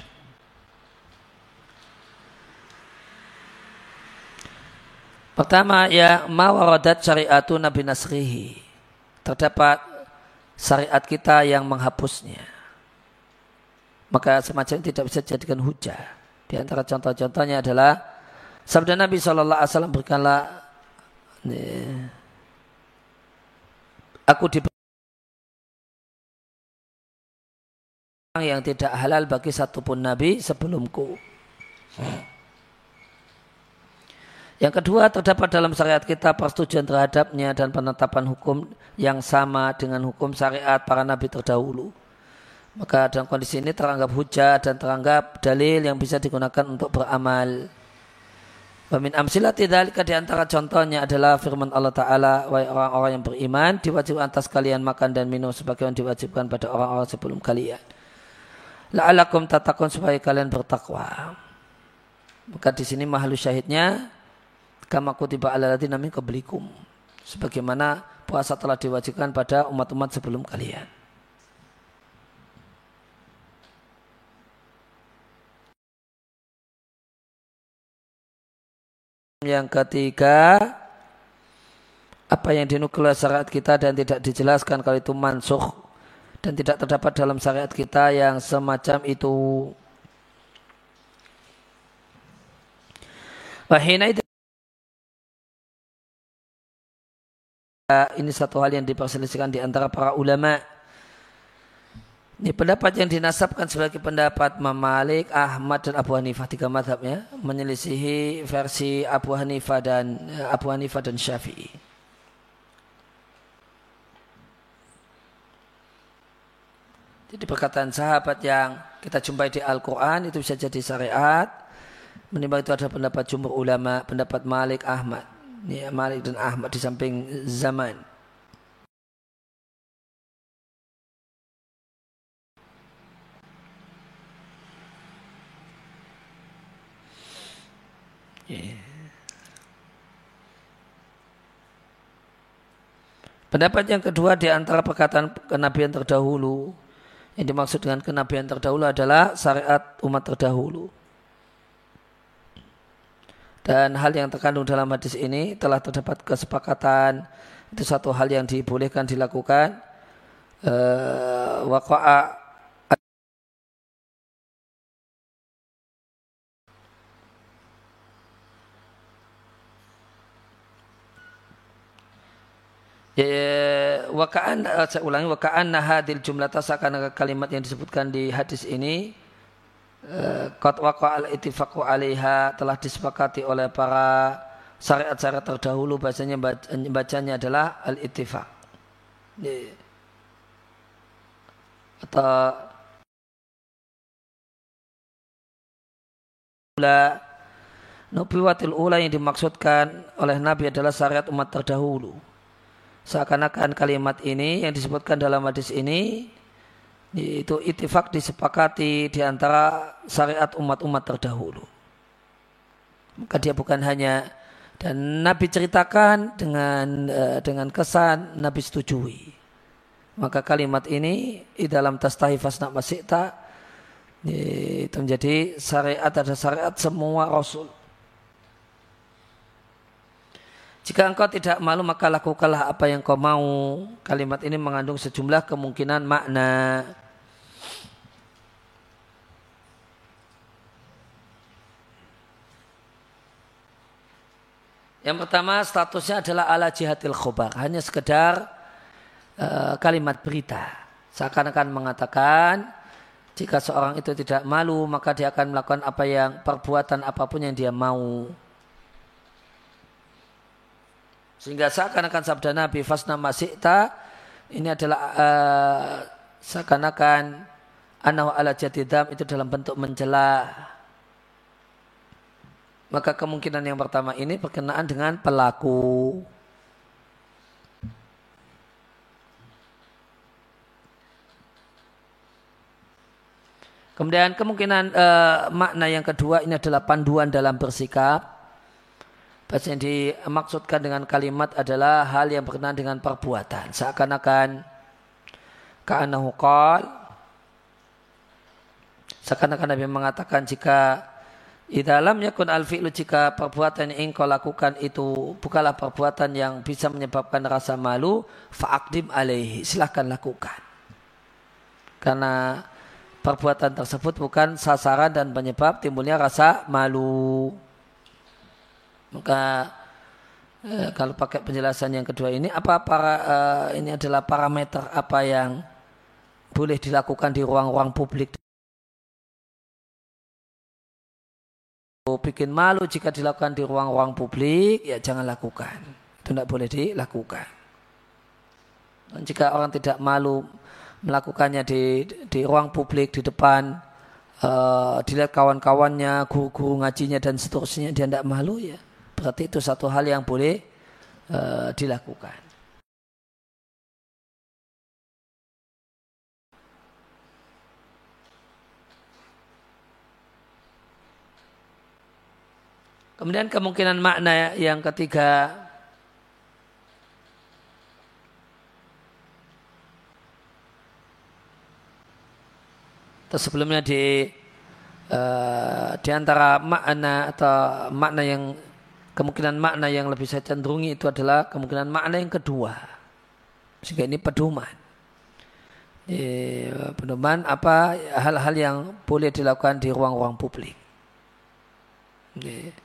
Pertama, ya mawaradat syariatu Nabi Nasrihi, terdapat syariat kita yang menghapusnya, maka semacam ini tidak bisa dijadikan hujah. Di antara contoh-contohnya adalah sabda Nabi shallallahu alaihi wasallam, berikanlah aku diberi yang tidak halal bagi satupun nabi sebelumku. Yang kedua, terdapat dalam syariat kita persetujuan terhadapnya dan penetapan hukum yang sama dengan hukum syariat para nabi terdahulu. Maka dalam kondisi ini teranggap hujah dan teranggap dalil yang bisa digunakan untuk beramal. Wa min amsilati dzalika di antara contohnya adalah firman Allah Ta'ala, wahai orang-orang yang beriman, diwajibkan atas kalian makan dan minum sebagaimana diwajibkan pada orang-orang sebelum kalian. La'alakum tattaqun, supaya kalian bertakwa. Maka di sini mahallu syahidnya kama kutiba alal ladzina min qablikum, sebagaimana puasa telah diwajibkan pada umat-umat sebelum kalian. Yang ketiga, apa yang dinukil syariat kita dan tidak dijelaskan kalau itu mansukh dan tidak terdapat dalam syariat kita yang semacam itu. Wahina itu ini satu hal yang diperselisihkan di antara para ulama. Ini pendapat yang dinasabkan sebagai pendapat Imam Malik, Ahmad dan Abu Hanifah, tiga mazhabnya, menyelisihi versi Abu Hanifah dan Abu Hanifah dan Syafi'i. Jadi perkataan sahabat yang kita jumpai di Al-Quran itu bisa jadi syariat. Menimbang itu ada pendapat jumhur ulama, pendapat Malik, Ahmad. Ini Malik dan Ahmad di samping zaman. Yeah. Pendapat yang kedua di antara perkataan kenabian terdahulu, yang dimaksud dengan kenabian terdahulu adalah syariat umat terdahulu. Dan hal yang terkandung dalam hadis ini telah terdapat kesepakatan, itu satu hal yang dibolehkan dilakukan. Uh, waqa'a Ya, wakaan saya ulangi wakaan hadil jumlah tasakan kalimat yang disebutkan di hadis ini qad waqa al ittifaqu alaiha, telah disepakati oleh para syariat-syariat terdahulu, bahasanya bacanya adalah al ittifaq atau ula nubuwatil ula, yang dimaksudkan oleh Nabi adalah syariat umat terdahulu. Seakan-akan kalimat ini yang disebutkan dalam hadis ini itu ittifaq, disepakati di antara syariat umat-umat terdahulu. Maka dia bukan hanya, dan Nabi ceritakan dengan dengan kesan Nabi setujui. Maka kalimat ini di dalam tastahi fasna masyita itu menjadi syariat, ada syariat semua Rasul. Jika engkau tidak malu maka lakukanlah apa yang kau mau. Kalimat ini mengandung sejumlah kemungkinan makna. Yang pertama, statusnya adalah ala jihatil khobar, hanya sekedar uh, kalimat berita. Seakan-akan mengatakan jika seorang itu tidak malu maka dia akan melakukan apa yang perbuatan apapun yang dia mau. Sehingga seakan-akan sabda Nabi fasna masyita ini adalah uh, seakan-akan anahu ala jatidam, itu dalam bentuk mencela. Maka kemungkinan yang pertama ini berkenaan dengan pelaku. Kemudian kemungkinan uh, makna yang kedua ini adalah panduan dalam bersikap. Bahasa yang dimaksudkan dengan kalimat adalah hal yang berkenaan dengan perbuatan. Seakan-akan ka'anahu qal, seakan-akan Nabi mengatakan jika di dalam yakun al-fi'lu, jika perbuatan yang engkau lakukan itu bukanlah perbuatan yang bisa menyebabkan rasa malu, fa'aqdim alaihi, silahkan lakukan. Karena perbuatan tersebut bukan sasaran dan penyebab timbulnya rasa malu. Maka eh, kalau pakai penjelasan yang kedua ini, apa para eh, ini adalah parameter apa yang boleh dilakukan di ruang-ruang publik. Bikin malu jika dilakukan di ruang-ruang publik, ya jangan lakukan. Itu tidak boleh dilakukan. Dan jika orang tidak malu melakukannya di di ruang publik, di depan, uh, dilihat kawan-kawannya, guru-guru ngajinya dan seterusnya, dia tidak malu, ya berarti itu satu hal yang boleh uh, dilakukan. Kemudian kemungkinan makna yang ketiga, atau sebelumnya di uh, di antara makna atau makna yang kemungkinan makna yang lebih saya cenderungi itu adalah kemungkinan makna yang kedua, sehingga ini pedoman. Di, pedoman apa hal-hal yang boleh dilakukan di ruang-ruang publik. Di,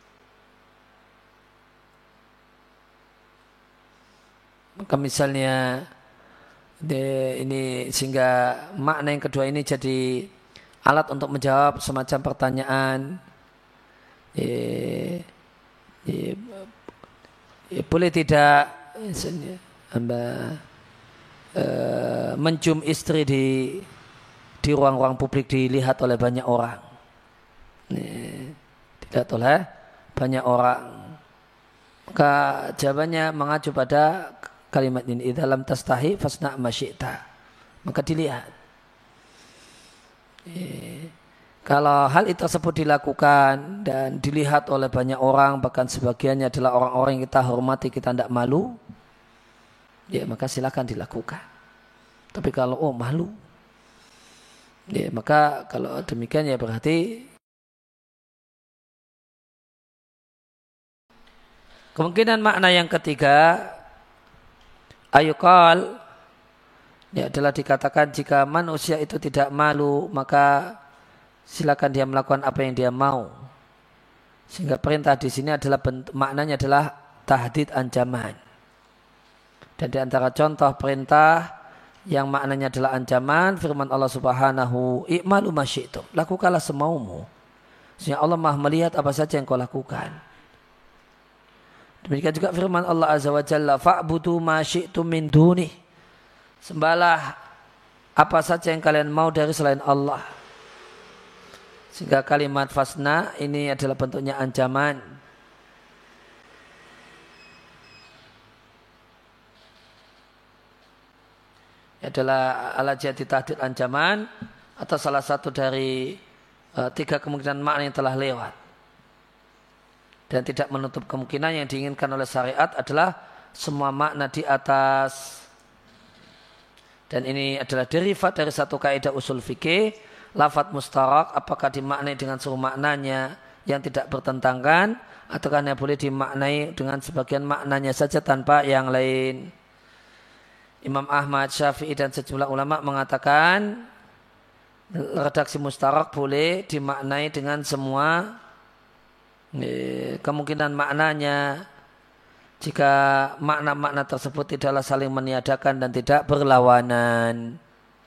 Maka misalnya de, ini sehingga makna yang kedua ini jadi alat untuk menjawab semacam pertanyaan. De, de, de, boleh tidak misalnya amba e, mencium istri di di ruang-ruang publik dilihat oleh banyak orang. Ini, dilihat oleh banyak orang. Maka jawabannya mengacu pada kalimat ini, idza lam tastahi fasna ma syi'ta. Maka dilihat. Eh, kalau hal itu tersebut dilakukan dan dilihat oleh banyak orang, bahkan sebagiannya adalah orang-orang yang kita hormati, kita tidak malu, ya maka silakan dilakukan. Tapi kalau oh malu, ya maka kalau demikian ya berarti kemungkinan makna yang ketiga, ayuqal, ya adalah dikatakan jika manusia itu tidak malu maka silakan dia melakukan apa yang dia mau. Sehingga perintah di sini adalah bentuk, maknanya adalah tahdid, ancaman. Dan di antara contoh perintah yang maknanya adalah ancaman, firman Allah Subhanahu, i'malu ma syi'tum, lakukanlah semaumu. Sehingga Allah Maha melihat apa saja yang kau lakukan. Demikian juga firman Allah Azza wa Jalla, fa'budu ma syi'tum min dunih, sembahlah apa saja yang kalian mau dari selain Allah. Sehingga kalimat fasna ini adalah bentuknya ancaman. Ini adalah ala jihati tahdid, ancaman, atau salah satu dari uh, tiga kemungkinan makna yang telah lewat. Dan tidak menutup kemungkinan yang diinginkan oleh syariat adalah semua makna di atas. Dan ini adalah derivat dari satu kaidah usul fikih, lafadz mustarak apakah dimaknai dengan seluruh maknanya yang tidak bertentangan, atau hanya boleh dimaknai dengan sebagian maknanya saja tanpa yang lain. Imam Ahmad, Syafi'i dan sejumlah ulama mengatakan redaksi mustarak boleh dimaknai dengan semua kemungkinan maknanya jika makna-makna tersebut tidaklah saling meniadakan dan tidak berlawanan.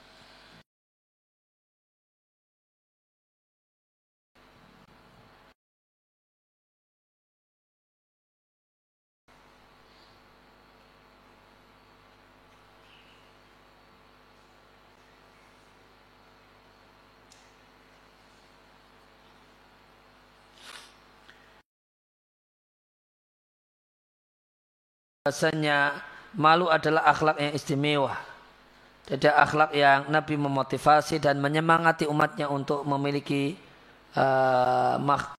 Bahasanya malu adalah akhlak yang istimewa. Tidak akhlak yang Nabi memotivasi dan menyemangati umatnya untuk memiliki uh, mak.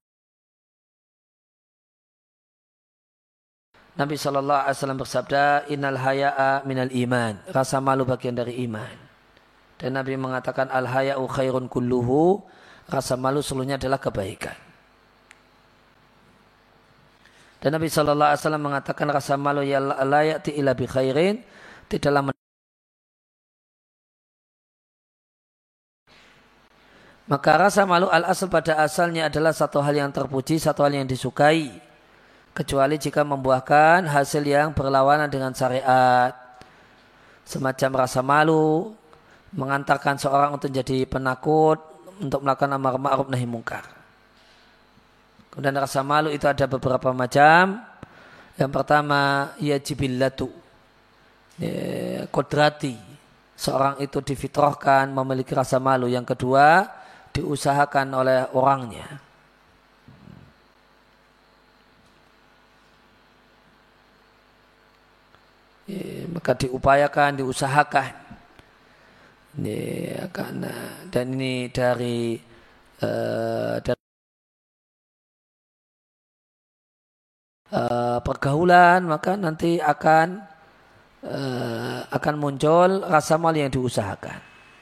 Nabi shallallahu alaihi wasallam bersabda, innal haya'a minal iman. Rasa malu bagian dari iman. Dan Nabi mengatakan al haya'u khairun kulluhu. Rasa malu seluruhnya adalah kebaikan. Dan Nabi shallallahu alaihi wasallam mengatakan rasa malu ya la ya'ti illa bi khairin, tidaklah men- maka rasa malu al-asal pada asalnya adalah satu hal yang terpuji, satu hal yang disukai, kecuali jika membuahkan hasil yang berlawanan dengan syariat. Semacam rasa malu mengantarkan seorang untuk jadi penakut untuk melakukan amar ma'ruf nahi mungkar. Kemudian rasa malu itu ada beberapa macam. Yang pertama, ya jibillatu, ya, kodrati, seorang itu difitrahkan memiliki rasa malu. Yang kedua, diusahakan oleh orangnya. Ya, maka diupayakan, diusahakan. Ya, karena dan ini dari uh, dari uh, pergaulan, maka nanti akan uh, akan muncul rasa malu yang diusahakan.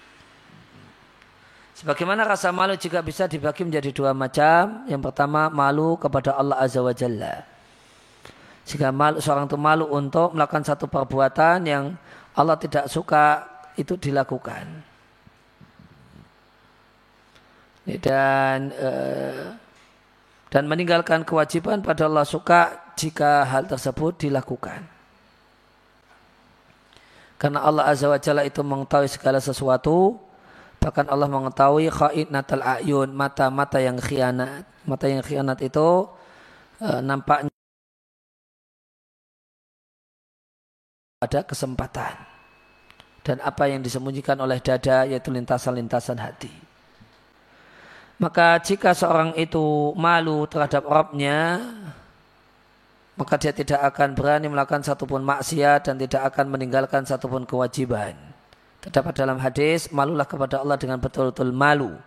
Sebagaimana rasa malu juga bisa dibagi menjadi dua macam. Yang pertama, malu kepada Allah Azza wa Jalla. Jika malu, seorang itu malu untuk melakukan satu perbuatan yang Allah tidak suka, itu dilakukan. Dan eh, dan meninggalkan kewajiban pada Allah suka jika hal tersebut dilakukan. Karena Allah Azza wa Jalla itu mengetahui segala sesuatu. Bahkan Allah mengetahui kha'inatul a'yun, mata-mata yang khianat. Mata yang khianat itu eh, nampaknya ada kesempatan. Dan apa yang disembunyikan oleh dada, yaitu lintasan-lintasan hati. Maka jika seorang itu malu terhadap Rabbnya, maka dia tidak akan berani melakukan satupun maksiat dan tidak akan meninggalkan satupun kewajiban. Terdapat dalam hadis, malulah kepada Allah dengan betul-betul malu.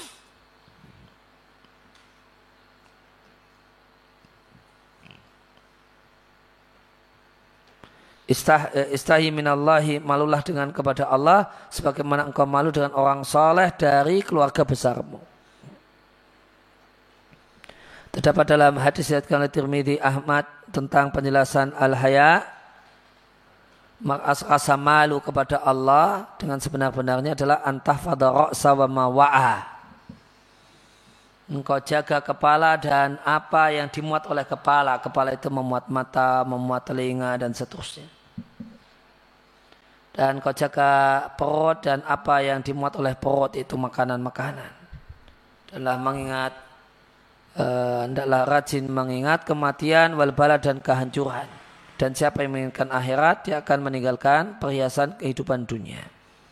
Istah, istahi minallahi, malulah dengan kepada Allah sebagaimana engkau malu dengan orang saleh dari keluarga besarmu. Terdapat dalam hadis diriwayatkan oleh Tirmidzi, Ahmad tentang penjelasan al-haya, rasa malu kepada Allah dengan sebenar-benarnya adalah antahfadha ra'sa wa ma wa'a. Engkau jaga kepala dan apa yang dimuat oleh kepala. Kepala itu memuat mata, memuat telinga dan seterusnya. Dan kau jaga perut dan apa yang dimuat oleh perut itu makanan-makanan. Danlah mengingat, uh, hendaklah rajin mengingat kematian, wal bala dan kehancuran. Dan siapa yang menginginkan akhirat, dia akan meninggalkan perhiasan kehidupan dunia.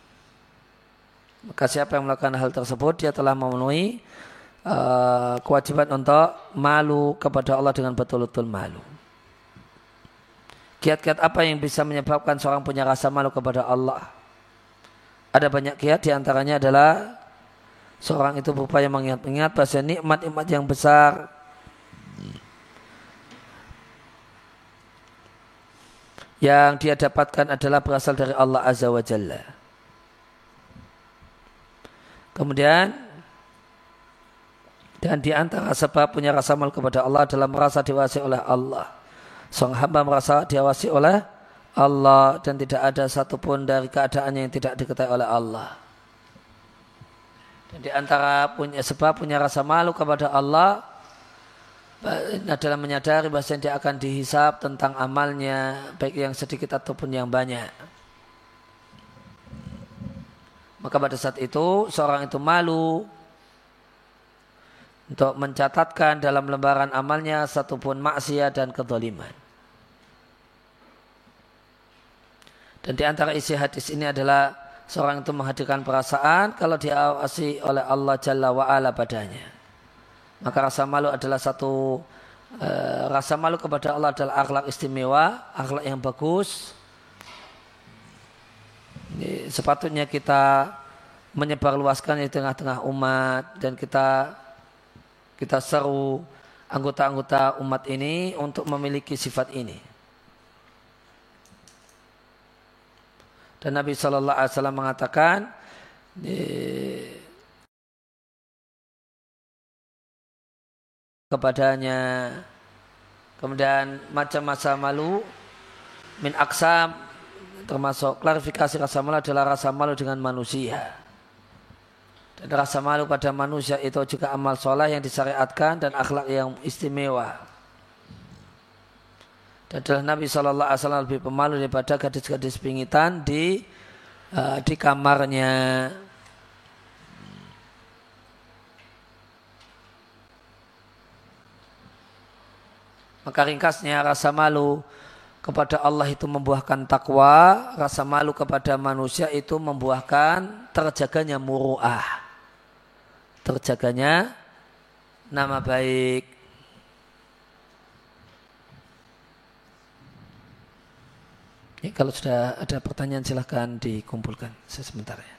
Maka siapa yang melakukan hal tersebut, dia telah memenuhi uh, kewajiban untuk malu kepada Allah dengan betul-betul malu. Kiat-kiat apa yang bisa menyebabkan seorang punya rasa malu kepada Allah? Ada banyak kiat, diantaranya adalah seorang itu berupaya mengingat-ingat bahasa nikmat-nikmat yang besar yang dia dapatkan adalah berasal dari Allah Azza wa Jalla. Kemudian, dan di antara sebab punya rasa malu kepada Allah adalah merasa diwasi oleh Allah. Seorang hamba merasa diawasi oleh Allah dan tidak ada satupun dari keadaannya yang tidak diketahui oleh Allah. Dan di antara punya sebab punya rasa malu kepada Allah adalah menyadari bahwa dia akan dihisab tentang amalnya, baik yang sedikit ataupun yang banyak. Maka pada saat itu seorang itu malu untuk mencatatkan dalam lembaran amalnya satupun maksiat dan kezaliman. Dan di antara isi hadis ini adalah seorang itu menghadirkan perasaan kalau diawasi oleh Allah Jalla wa'ala padanya. Maka rasa malu adalah satu uh, rasa malu kepada Allah adalah akhlak istimewa, akhlak yang bagus. Ini sepatutnya kita menyebarluaskan di tengah-tengah umat dan kita kita seru anggota-anggota umat ini untuk memiliki sifat ini. Dan Nabi Shallallahu Alaihi Wasallam mengatakan, kepadanya, kemudian macam masa malu min aksam, termasuk klarifikasi rasa malu adalah rasa malu dengan manusia. Dan rasa malu pada manusia itu juga amal soleh yang disyariatkan dan akhlak yang istimewa. Dan adalah Nabi shallallahu alaihi wasallam lebih pemalu daripada gadis-gadis pingitan di uh, di kamarnya. Maka ringkasnya rasa malu kepada Allah itu membuahkan takwa, rasa malu kepada manusia itu membuahkan terjaganya muru'ah, terjaganya nama baik. Ini kalau sudah ada pertanyaan silahkan dikumpulkan sebentar ya.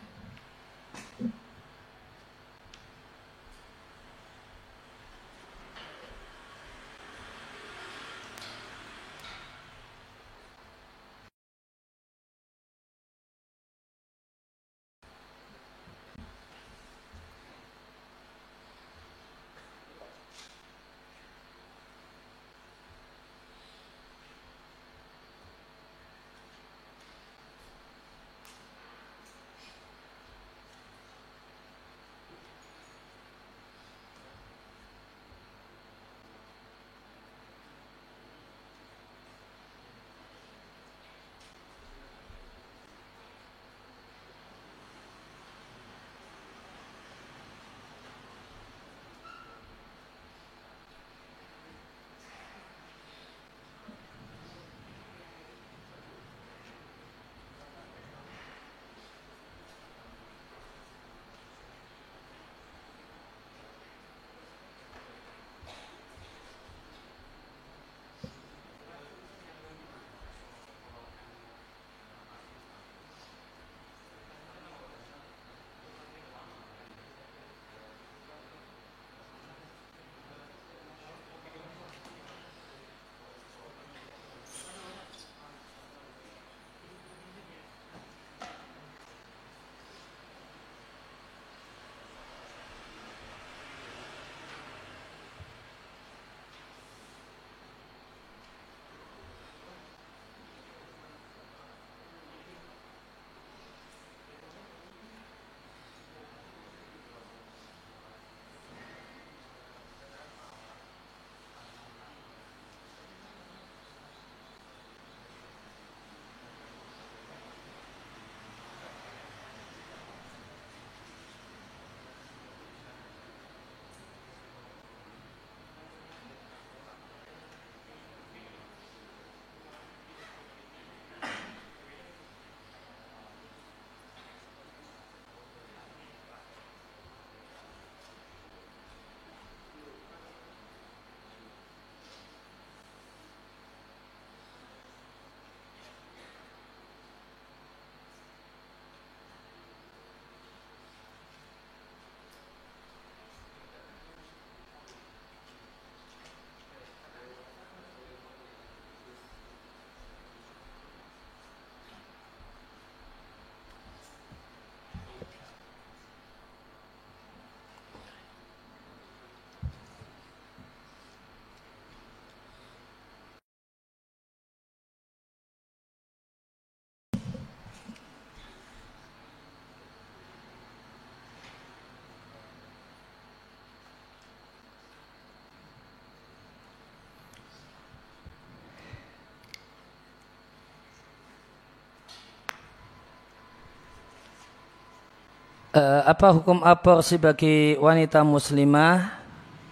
Uh, apa hukum aborsi bagi wanita muslimah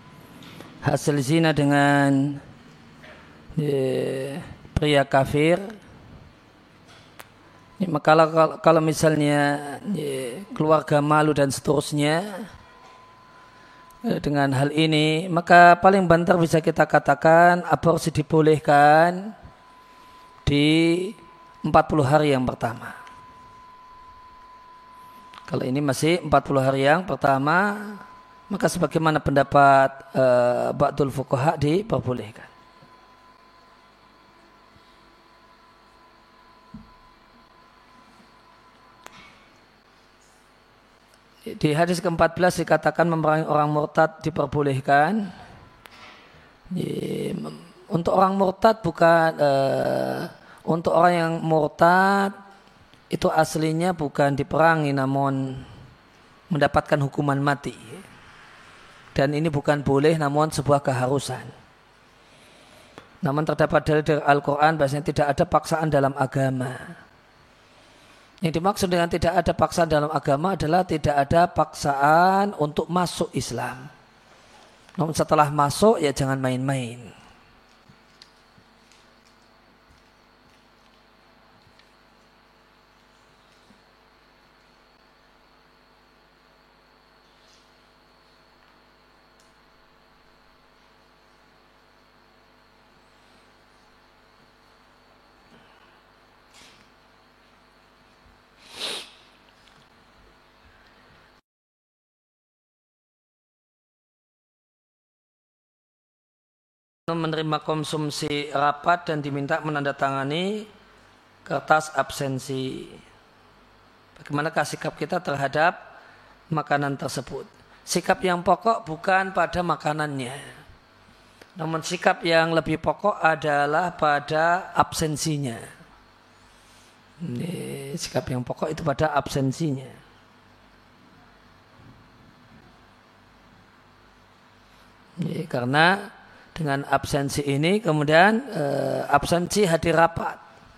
hasil zina dengan uh, pria kafir? Ya, maka kalau, kalau misalnya uh, keluarga malu dan seterusnya uh, dengan hal ini, maka paling banter bisa kita katakan aborsi dibolehkan di empat puluh hari yang pertama. Kalau ini masih empat puluh hari yang pertama, maka sebagaimana pendapat uh, ba'dul fuqaha diperbolehkan. Di hadis keempat belas dikatakan memerangi orang murtad diperbolehkan. Untuk orang murtad bukan uh, untuk orang yang murtad itu aslinya bukan diperangi namun mendapatkan hukuman mati. Dan ini bukan boleh namun sebuah keharusan. Namun terdapat dalil dari Al-Quran bahasanya tidak ada paksaan dalam agama. Yang dimaksud dengan tidak ada paksaan dalam agama adalah tidak ada paksaan untuk masuk Islam. Namun setelah masuk ya jangan main-main. menerima konsumsi rapat dan diminta menandatangani kertas absensi. Bagaimanakah sikap kita terhadap makanan tersebut? Sikap yang pokok bukan pada makanannya, namun sikap yang lebih pokok adalah pada absensinya. Ini, sikap yang pokok itu pada absensinya. Ini, karena dengan absensi ini kemudian eh, absensi hadir rapat.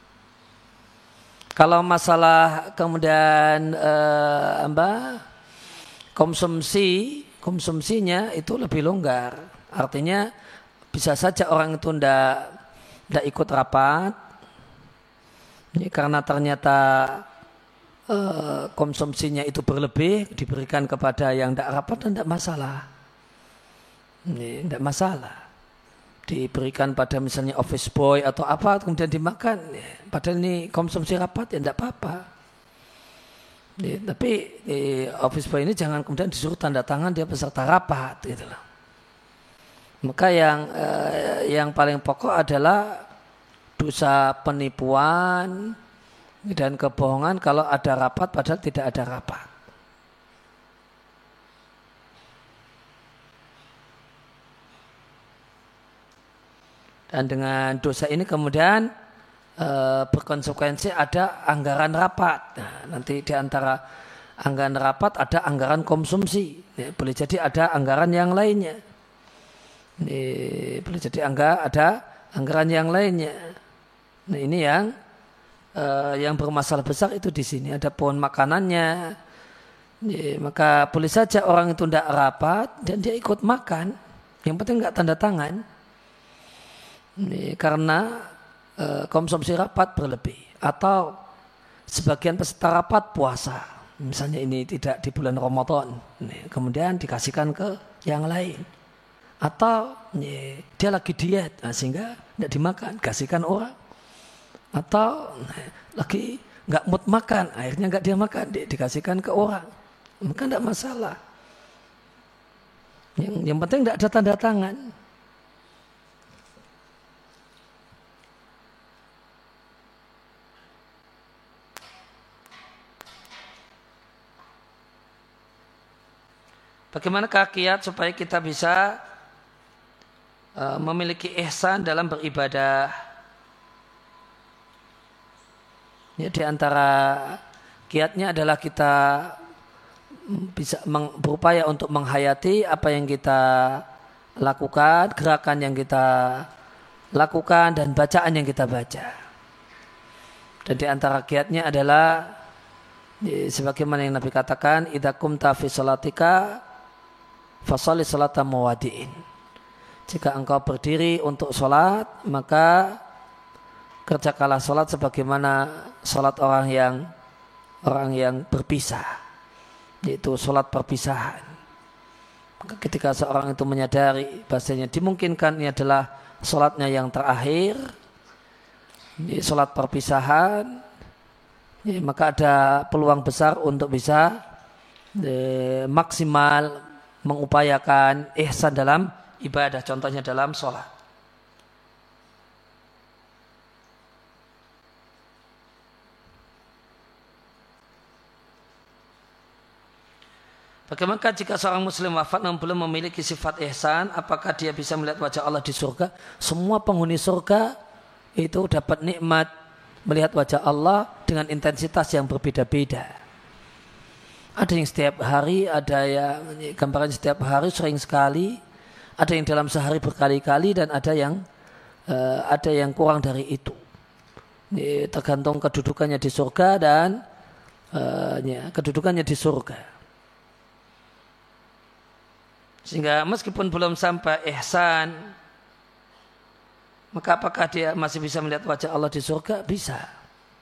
Kalau masalah kemudian eh, apa, konsumsi, konsumsinya itu lebih longgar. Artinya bisa saja orang itu tidak tidak ikut rapat, ini karena ternyata eh, konsumsinya itu berlebih, diberikan kepada yang tidak rapat dan tidak masalah. Ini tidak masalah. Diberikan pada misalnya office boy atau apa kemudian dimakan, ya, padahal ini konsumsi rapat ya tidak apa-apa. Ya, tapi ya, office boy ini jangan kemudian disuruh tanda tangan dia peserta rapat gitu loh. Maka yang eh, yang paling pokok adalah dosa penipuan dan kebohongan kalau ada rapat padahal tidak ada rapat. Dan dengan dosa ini kemudian e, berkonsekuensi ada anggaran rapat. Nah, nanti di antara anggaran rapat ada anggaran konsumsi. Ya, boleh jadi ada anggaran yang lainnya. Ini, boleh jadi angga, ada anggaran yang lainnya. Nah, ini yang e, yang bermasalah besar itu di sini. Ada pohon makanannya. Ya, maka boleh saja orang itu tidak rapat dan dia ikut makan. Yang penting nggak tanda tangan. Ini karena e, konsumsi rapat berlebih atau sebagian peserta rapat puasa, misalnya ini tidak di bulan Ramadan, ini, kemudian dikasihkan ke yang lain, atau ini, dia lagi diet, nah, sehingga tidak dimakan, kasihkan orang, atau ini, lagi nggak mood makan, akhirnya nggak dia makan, dia dikasihkan ke orang, maka tidak masalah. Yang, yang penting tidak ada tanda tangan. Bagaimanakah kiat supaya kita bisa uh, memiliki ihsan dalam beribadah? Ya, di antara kiatnya adalah kita bisa meng, berupaya untuk menghayati apa yang kita lakukan, gerakan yang kita lakukan, dan bacaan yang kita baca. Dan di antara kiatnya adalah ya, sebagaimana yang Nabi katakan, idza qumta fi shalatika fasholli sholata muwaddi'in. Jika engkau berdiri untuk sholat, maka kerjakanlah sholat sebagaimana sholat orang yang orang yang berpisah, yaitu sholat perpisahan. Maka ketika seorang itu menyadari bahasanya dimungkinkan ini adalah sholatnya yang terakhir, sholat perpisahan, ya, maka ada peluang besar untuk bisa eh, maksimal mengupayakan ihsan dalam ibadah, contohnya dalam sholat. Bagaimana jika seorang muslim wafat namun belum memiliki sifat ihsan, apakah dia bisa melihat wajah Allah di surga? Semua penghuni surga itu dapat nikmat melihat wajah Allah dengan intensitas yang berbeda-beda. Ada yang setiap hari, ada yang gambaran setiap hari sering sekali, ada yang dalam sehari berkali-kali, dan ada yang uh, ada yang kurang dari itu. Ini tergantung kedudukannya di surga dan uh, ya, kedudukannya di surga. Sehingga meskipun belum sampai ihsan, maka apakah dia masih bisa melihat wajah Allah di surga? Bisa.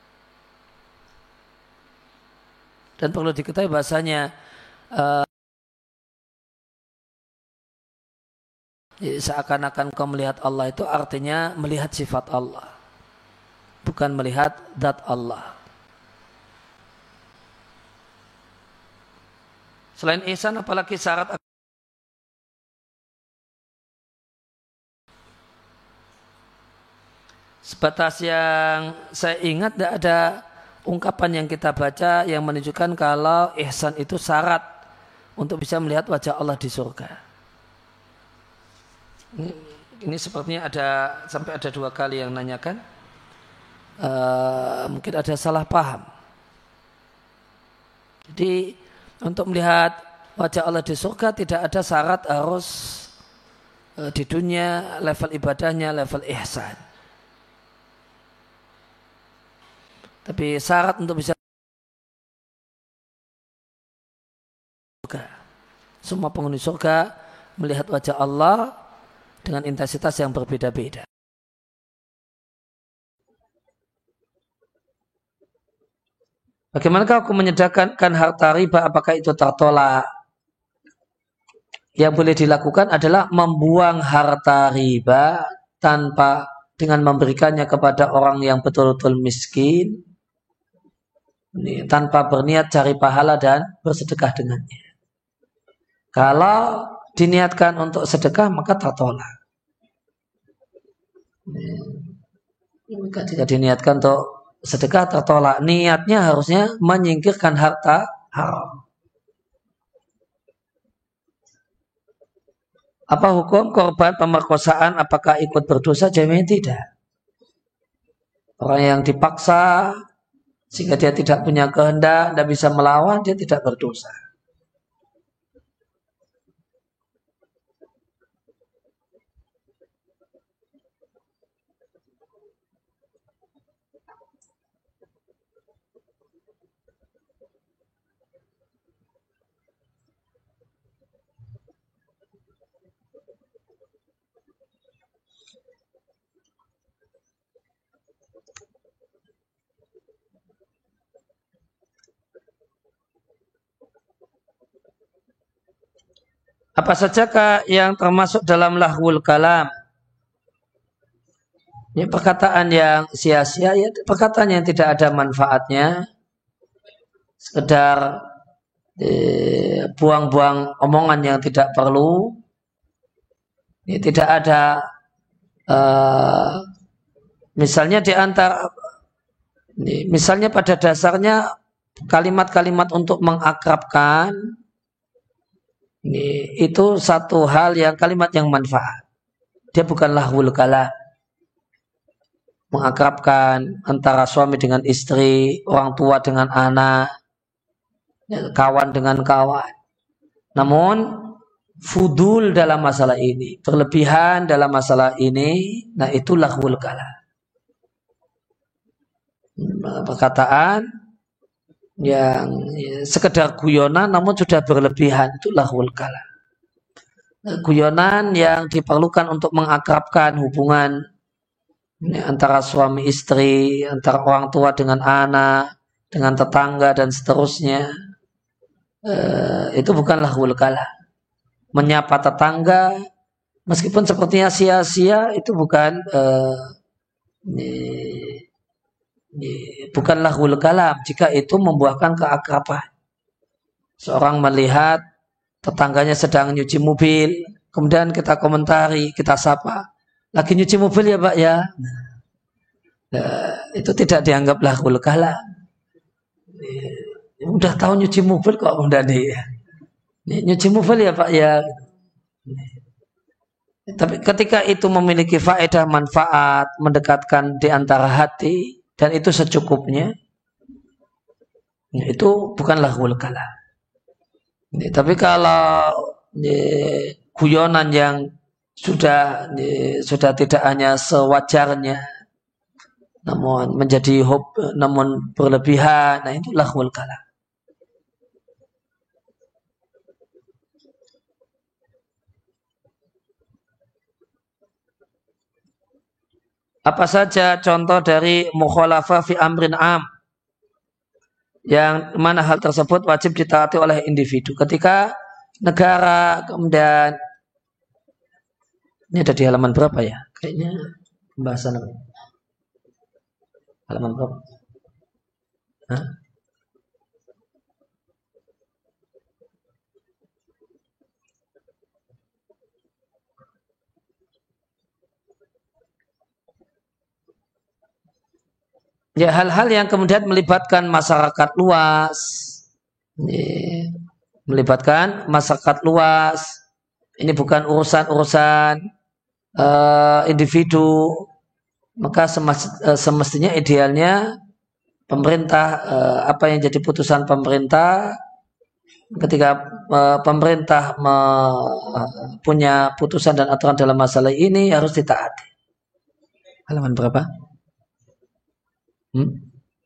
Dan perlu diketahui bahasanya uh, seakan-akan kau melihat Allah itu artinya melihat sifat Allah, bukan melihat zat Allah. Selain ihsan, apalagi syarat sebatas yang saya ingat tidak ada ungkapan yang kita baca yang menunjukkan kalau ihsan itu syarat untuk bisa melihat wajah Allah di surga. Ini, ini sepertinya ada sampai ada dua kali yang nanyakan. Uh, mungkin ada salah paham. Jadi untuk melihat wajah Allah di surga tidak ada syarat harus uh, di dunia level ibadahnya level ihsan. Tapi syarat untuk bisa surga. Semua penghuni surga melihat wajah Allah dengan intensitas yang berbeda-beda. Bagaimanakah aku menyedekahkan harta riba? Apakah itu tertolak? Yang boleh dilakukan adalah membuang harta riba tanpa dengan memberikannya kepada orang yang betul-betul miskin. Ini, tanpa berniat cari pahala dan bersedekah dengannya. Kalau diniatkan untuk sedekah maka tertolak. Ini, jika diniatkan untuk sedekah tertolak, niatnya harusnya menyingkirkan harta haram. Apa hukum korban pemerkosaan? Apakah ikut berdosa? Jaminan tidak. Orang yang dipaksa sehingga dia tidak punya kehendak, tidak bisa melawan, dia tidak berdosa. Apa sajakah yang termasuk dalam lahwul kalam? Ini perkataan yang sia-sia, ya, perkataan yang tidak ada manfaatnya, sekedar eh, buang-buang omongan yang tidak perlu. Ini tidak ada, eh, misalnya di antara, ini, misalnya pada dasarnya kalimat-kalimat untuk mengakrabkan. Ini, itu satu hal yang kalimat yang manfaat. Dia bukan lahwul kalam. Mengakrabkan antara suami dengan istri, orang tua dengan anak, kawan dengan kawan. Namun fudul dalam masalah ini, berlebihan dalam masalah ini, nah itu lahwul kalam. Perkataan yang ya, sekedar guyonan namun sudah berlebihan, itu lahwul kalam. Guyonan yang diperlukan untuk mengakrabkan hubungan ini antara suami istri, antara orang tua dengan anak, dengan tetangga dan seterusnya, eh, itu bukanlah lahwul kalam. Menyapa tetangga meskipun sepertinya sia-sia, itu bukan eh, ini, ini, bukan lahwul kalam jika itu membuahkan keakraban. Seorang melihat tetangganya sedang nyuci mobil, kemudian kita komentari, kita sapa, lagi nyuci mobil ya Pak ya. Nah, itu tidak dianggap lahwul kalam. Udah tahu nyuci mobil kok udah nih. Nyuci mobil ya Pak ya. Tapi ketika itu memiliki faedah manfaat, mendekatkan di antara hati, dan itu secukupnya, itu bukanlah lahwul kalam. Tapi kalau ini, guyonan yang sudah ini, sudah tidak hanya sewajarnya, namun menjadi hob, namun berlebihan, nah itu lahwul kalam. Apa saja contoh dari mukhalafah fi amrin am, yang mana hal tersebut wajib ditaati oleh individu? Ketika negara kemudian, ini ada di halaman berapa ya? Kayaknya pembahasan apa? Halaman berapa? Hah? Ya, hal-hal yang kemudian melibatkan masyarakat luas, ya, melibatkan masyarakat luas. Ini bukan urusan-urusan uh, individu, maka semestinya idealnya pemerintah, uh, apa yang jadi putusan pemerintah ketika uh, pemerintah me, uh, punya putusan dan aturan dalam masalah ini harus ditaati. Halaman berapa? Hmm?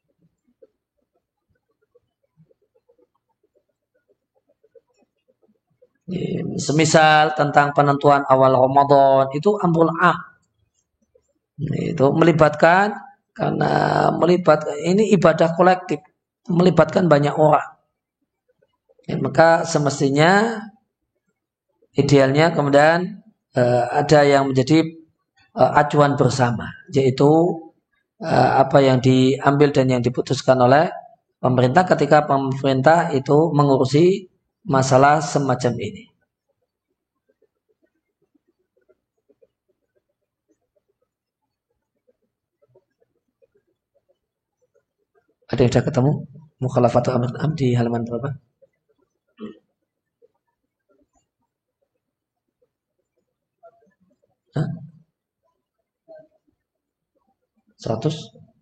Semisal tentang penentuan awal Ramadan itu amrul am, itu melibatkan, karena melibatkan ini ibadah kolektif, melibatkan banyak orang, ya, maka semestinya idealnya kemudian uh, ada yang menjadi uh, acuan bersama, yaitu uh, apa yang diambil dan yang diputuskan oleh pemerintah ketika pemerintah itu mengurusi masalah semacam ini. Ada yang sudah ketemu mukhalafatu amr am di halaman berapa? Hah? seratus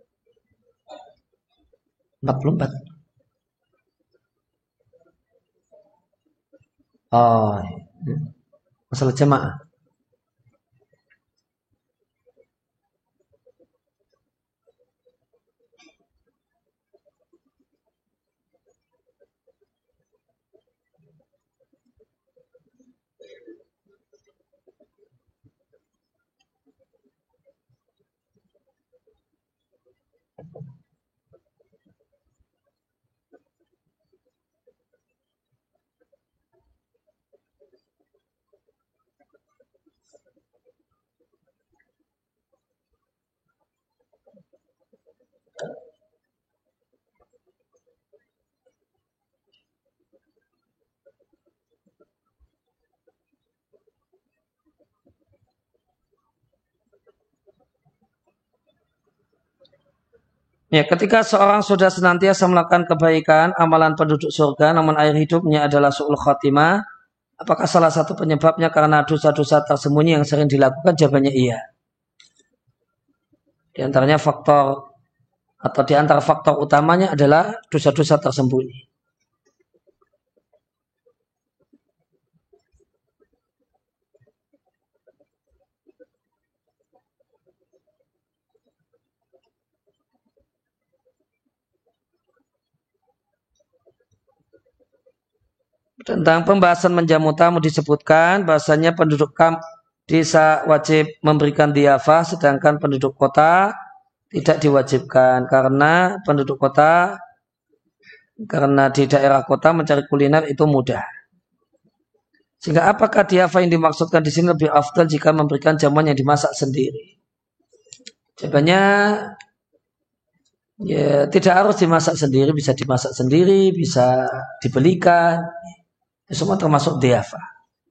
empat puluh empat. Oh, masalah jemaah. Ya, ketika seorang sudah senantiasa melakukan kebaikan, amalan penduduk surga, namun air hidupnya adalah su'ul khatimah, apakah salah satu penyebabnya karena dosa-dosa tersembunyi yang sering dilakukan? Jawabannya iya. Di antaranya faktor atau di antara faktor utamanya adalah dosa-dosa tersembunyi. Tentang pembahasan menjamu tamu disebutkan bahasanya penduduk kamp desa wajib memberikan diafah, sedangkan penduduk kota tidak diwajibkan karena penduduk kota karena di daerah kota mencari kuliner itu mudah. Sehingga apakah diafah yang dimaksudkan di sini lebih afdal jika memberikan jamuan yang dimasak sendiri? Jawabannya ya, tidak harus dimasak sendiri, bisa dimasak sendiri, bisa dibelikan. Semua termasuk diafah.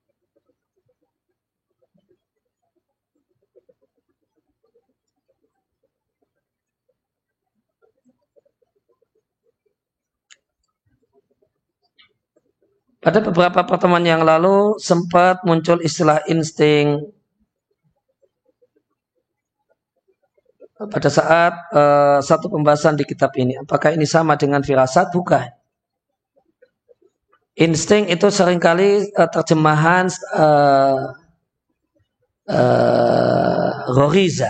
Pada beberapa pertemuan yang lalu sempat muncul istilah insting pada saat uh, satu pembahasan di kitab ini. Apakah ini sama dengan firasat? Bukan. Insting itu seringkali uh, terjemahan uh, uh, ghoriza.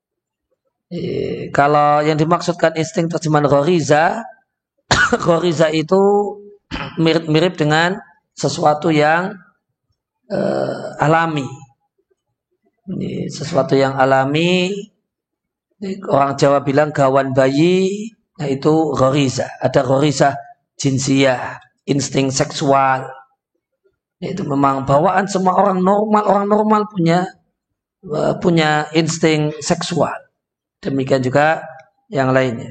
E, kalau yang dimaksudkan insting terjemahan ghoriza, ghoriza itu mirip-mirip dengan sesuatu yang uh, alami. Ini sesuatu yang alami. Orang Jawa bilang gawan bayi, nah itu ghoriza. Ada ghoriza jinsiyah, insting seksual. Itu memang bawaan semua orang normal, orang normal punya uh, punya insting seksual. Demikian juga yang lainnya.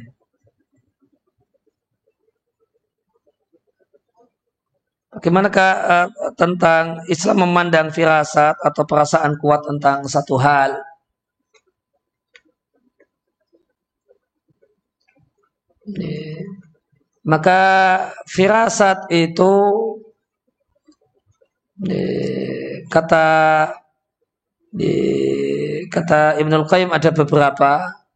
Bagaimanakah uh, tentang Islam memandang firasat atau perasaan kuat tentang satu hal? Maka firasat itu eh, kata eh, kata Ibnul Qayyim ada beberapa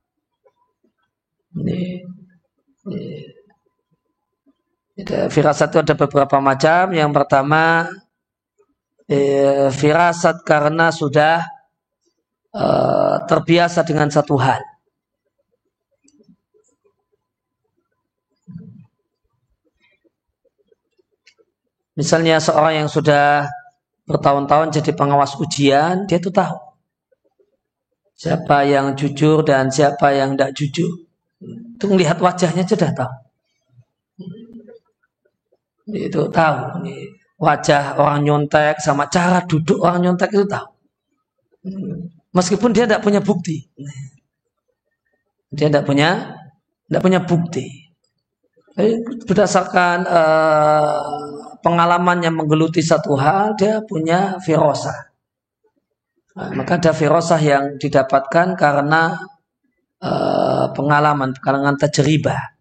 eh, eh, firasat itu ada beberapa macam. Yang pertama eh, firasat karena sudah eh, terbiasa dengan satu hal. Misalnya seorang yang sudah bertahun-tahun jadi pengawas ujian, dia tuh tahu siapa yang jujur dan siapa yang tidak jujur. Itu melihat wajahnya sudah tahu. Itu tahu. Wajah orang nyontek sama cara duduk orang nyontek itu tahu. Meskipun dia tidak punya bukti. Dia tidak punya tidak punya bukti. Berdasarkan uh, pengalaman yang menggeluti satu hal, dia punya firasah. Nah, maka ada firasah yang didapatkan karena uh, pengalaman, pengalaman tajribah.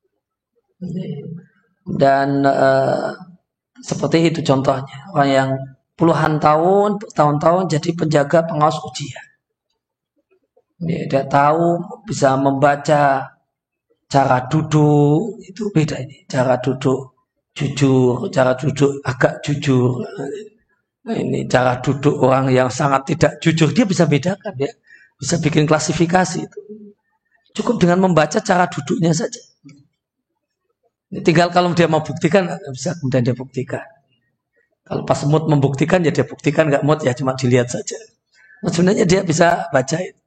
Dan uh, seperti itu contohnya. Orang yang puluhan tahun, tahun-tahun jadi penjaga pengawas ujian. Dia tahu, bisa membaca cara duduk, itu beda ini. Cara duduk jujur, cara duduk agak jujur. Nah, ini cara duduk orang yang sangat tidak jujur, dia bisa bedakan, ya. Bisa bikin klasifikasi itu. Cukup dengan membaca cara duduknya saja. Tinggal kalau dia mau buktikan, bisa kemudian dia buktikan. Kalau pas mood membuktikan, ya dia buktikan. Nggak mood, ya cuma dilihat saja. Nah, sebenarnya dia bisa baca itu.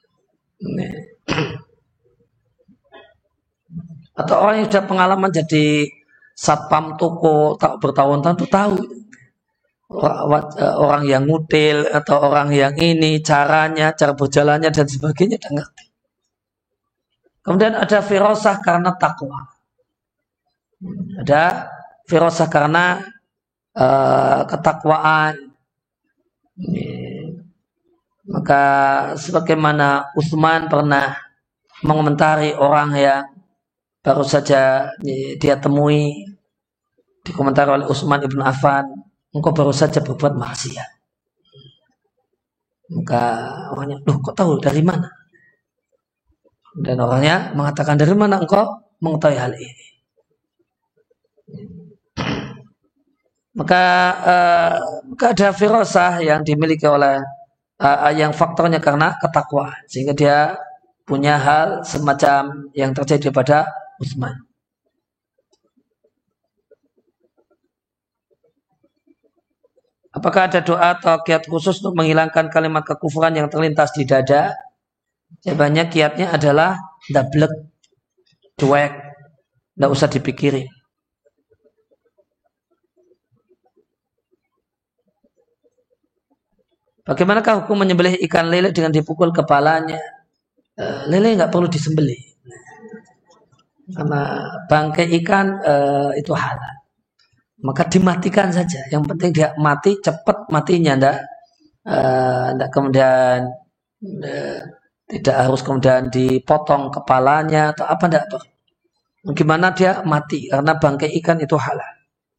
Atau orang yang sudah pengalaman jadi satpam toko tak bertahun-tahun itu tahu orang yang ngutil atau orang yang ini caranya, cara berjalannya dan sebagainya dia ngerti. Kemudian ada firasah karena takwa. Ada firasah karena uh, ketakwaan. Maka sebagaimana Utsman pernah mengomentari orang yang baru saja dia temui, dikomentari oleh Utsman ibn Affan, engkau baru saja berbuat maksiat. Maka orangnya, loh kok tahu dari mana? Dan orangnya mengatakan, dari mana engkau mengetahui hal ini? Maka, uh, maka ada firasah yang dimiliki oleh uh, yang faktornya karena ketakwaan, sehingga dia punya hal semacam yang terjadi pada Utsman. Apakah ada doa atau kiat khusus untuk menghilangkan kalimat kekufuran yang terlintas di dada? Jawabannya kiatnya adalah dablek, cuek, tidak usah dipikirin. Bagaimanakah hukum menyembelih ikan lele dengan dipukul kepalanya? Uh, lele nggak perlu disembelih. Karena bangkai ikan uh, itu halal. Maka dimatikan saja. Yang penting dia mati cepat matinya, ndak, uh, ndak kemudian uh, tidak harus kemudian dipotong kepalanya atau apa, ndak. Gimana dia mati karena bangkai ikan itu halal.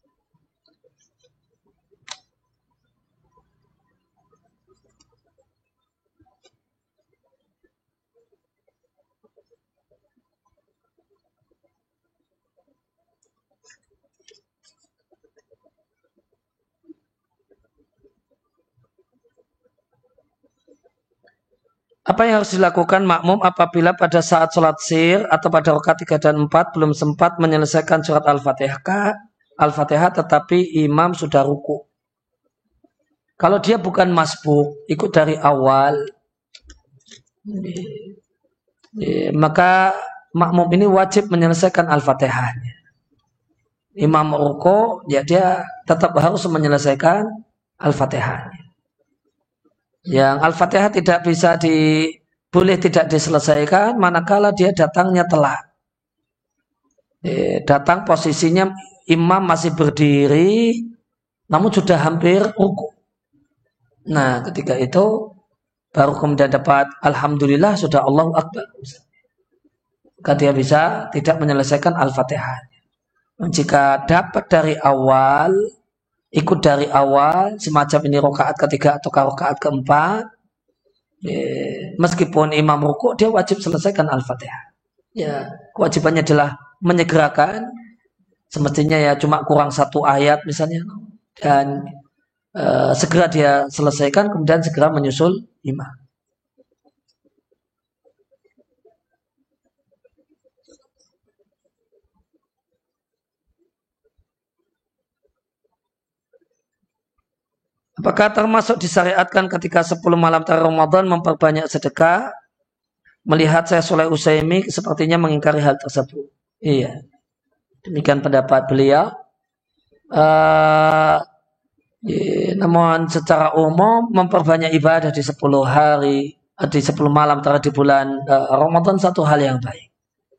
Apa yang harus dilakukan makmum apabila pada saat sholat sir atau pada rakaat tiga dan empat belum sempat menyelesaikan surat Al-Fatihah, Al-Fatihah tetapi imam sudah ruku? Kalau dia bukan masbuk, ikut dari awal, maka makmum ini wajib menyelesaikan Al-Fatihahnya. Imam ruku, ya dia tetap harus menyelesaikan Al-Fatihahnya. Yang Al-Fatihah tidak bisa di, boleh tidak diselesaikan manakala dia datangnya telat. Eh, datang posisinya imam masih berdiri, namun sudah hampir ruku. Nah, ketika itu baru kemudian dapat Alhamdulillah sudah Allahu Akbar. Maka dia bisa tidak menyelesaikan Al-Fatihah. Jika dapat dari awal, ikut dari awal, semacam ini rakaat ketiga atau rakaat keempat, ya, meskipun imam rukuk, dia wajib selesaikan Al-Fatihah. Ya, kewajibannya adalah menyegerakan, semestinya ya cuma kurang satu ayat misalnya, dan uh, segera dia selesaikan, kemudian segera menyusul imam. Apakah termasuk disyariatkan ketika sepuluh malam terakhir Ramadan memperbanyak sedekah? Melihat saya Shalih Utsaimin sepertinya mengingkari hal tersebut. Iya, demikian pendapat beliau. Uh, ya, namun secara umum memperbanyak ibadah di sepuluh hari, di sepuluh malam terakhir di bulan uh, Ramadan satu hal yang baik.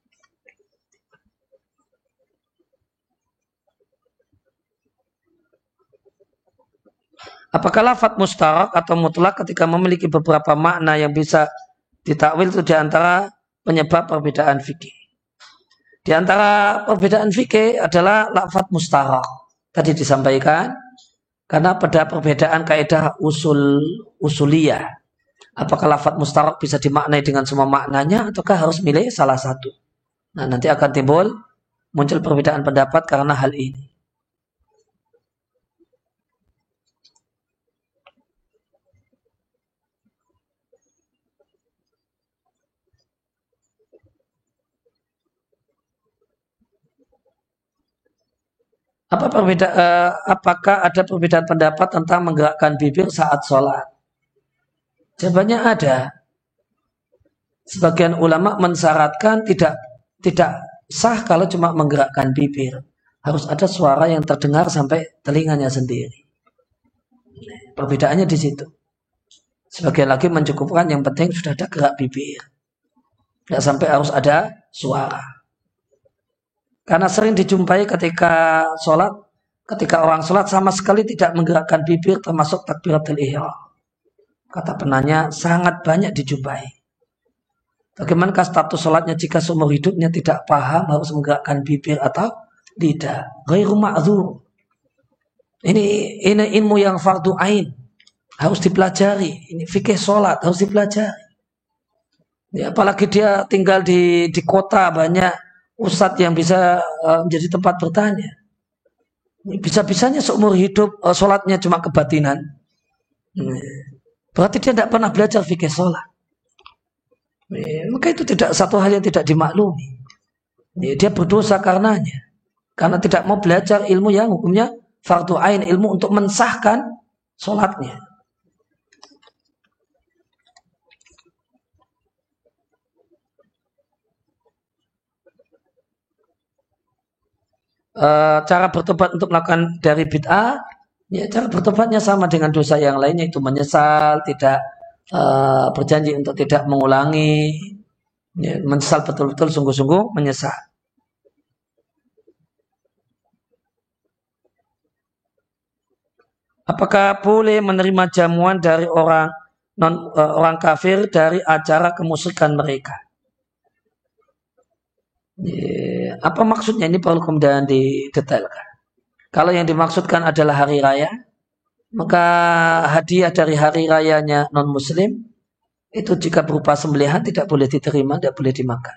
Apakah lafadz mustarak atau mutlak ketika memiliki beberapa makna yang bisa ditakwil itu diantara penyebab perbedaan fikih. Di antara perbedaan fikih adalah lafadz mustarak. Tadi disampaikan karena pada perbedaan kaidah usul usuliyah. Apakah lafadz mustarak bisa dimaknai dengan semua maknanya ataukah harus milih salah satu? Nah, nanti akan timbul muncul perbedaan pendapat karena hal ini. Apa perbeda, eh, apakah ada perbedaan pendapat tentang menggerakkan bibir saat sholat? Jawabannya ada. Sebagian ulama mensyaratkan tidak tidak sah kalau cuma menggerakkan bibir. Harus ada suara yang terdengar sampai telinganya sendiri. Perbedaannya di situ. Sebagian lagi mencukupkan yang penting sudah ada gerak bibir. Tidak sampai harus ada suara. Karena sering dijumpai ketika sholat, ketika orang sholat sama sekali tidak menggerakkan bibir termasuk takbiratul ihram. Kata penanya sangat banyak dijumpai. Bagaimana status sholatnya jika seumur hidupnya tidak paham harus menggerakkan bibir atau lidah? Ghairu ma'dzur. Ini ini ilmu yang fardu ain, harus dipelajari. Ini fikih sholat harus dipelajari. Ya, apalagi dia tinggal di di kota banyak ustadz yang bisa uh, menjadi tempat bertanya. Bisa-bisanya seumur hidup uh, sholatnya cuma kebatinan. Hmm. Berarti dia tidak pernah belajar fikih sholat. Hmm. Maka itu tidak satu hal yang tidak dimaklumi. Hmm. Dia berdosa karenanya. Karena tidak mau belajar ilmu yang hukumnya fardu ain, ilmu untuk mensahkan sholatnya. E, cara bertobat untuk melakukan dari bid'ah, ya cara bertobatnya sama dengan dosa yang lainnya, itu menyesal, tidak e, berjanji untuk tidak mengulangi, ya, menyesal betul-betul sungguh-sungguh menyesal. Apakah boleh menerima jamuan dari orang non e, orang kafir dari acara kemusyrikan mereka? Ya, apa maksudnya ini perlu kemudian didetailkan. Kalau yang dimaksudkan adalah hari raya, maka hadiah dari hari rayanya non muslim itu jika berupa sembelihan tidak boleh diterima, tidak boleh dimakan.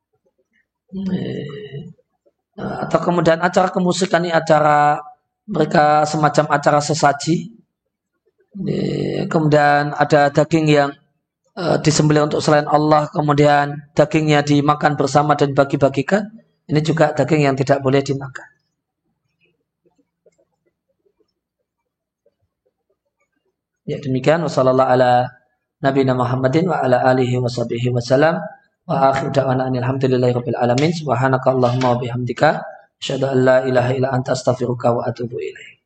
Ya. Atau kemudian acara kemusyrikan ini acara mereka semacam acara sesaji. Ya, kemudian ada daging yang disembelih untuk selain Allah, kemudian dagingnya dimakan bersama dan bagi-bagikan, ini juga daging yang tidak boleh dimakan. Ya demikian, wassallallahu ala nabiyina Muhammadin wa ala alihi wa sahbihi wasallam wa akhir da'wana alhamdulillahi rabbil alamin subhanaka Allahumma wa bihamdika asyhadu an la ilaha illa anta astaghfiruka wa atubu ilaik.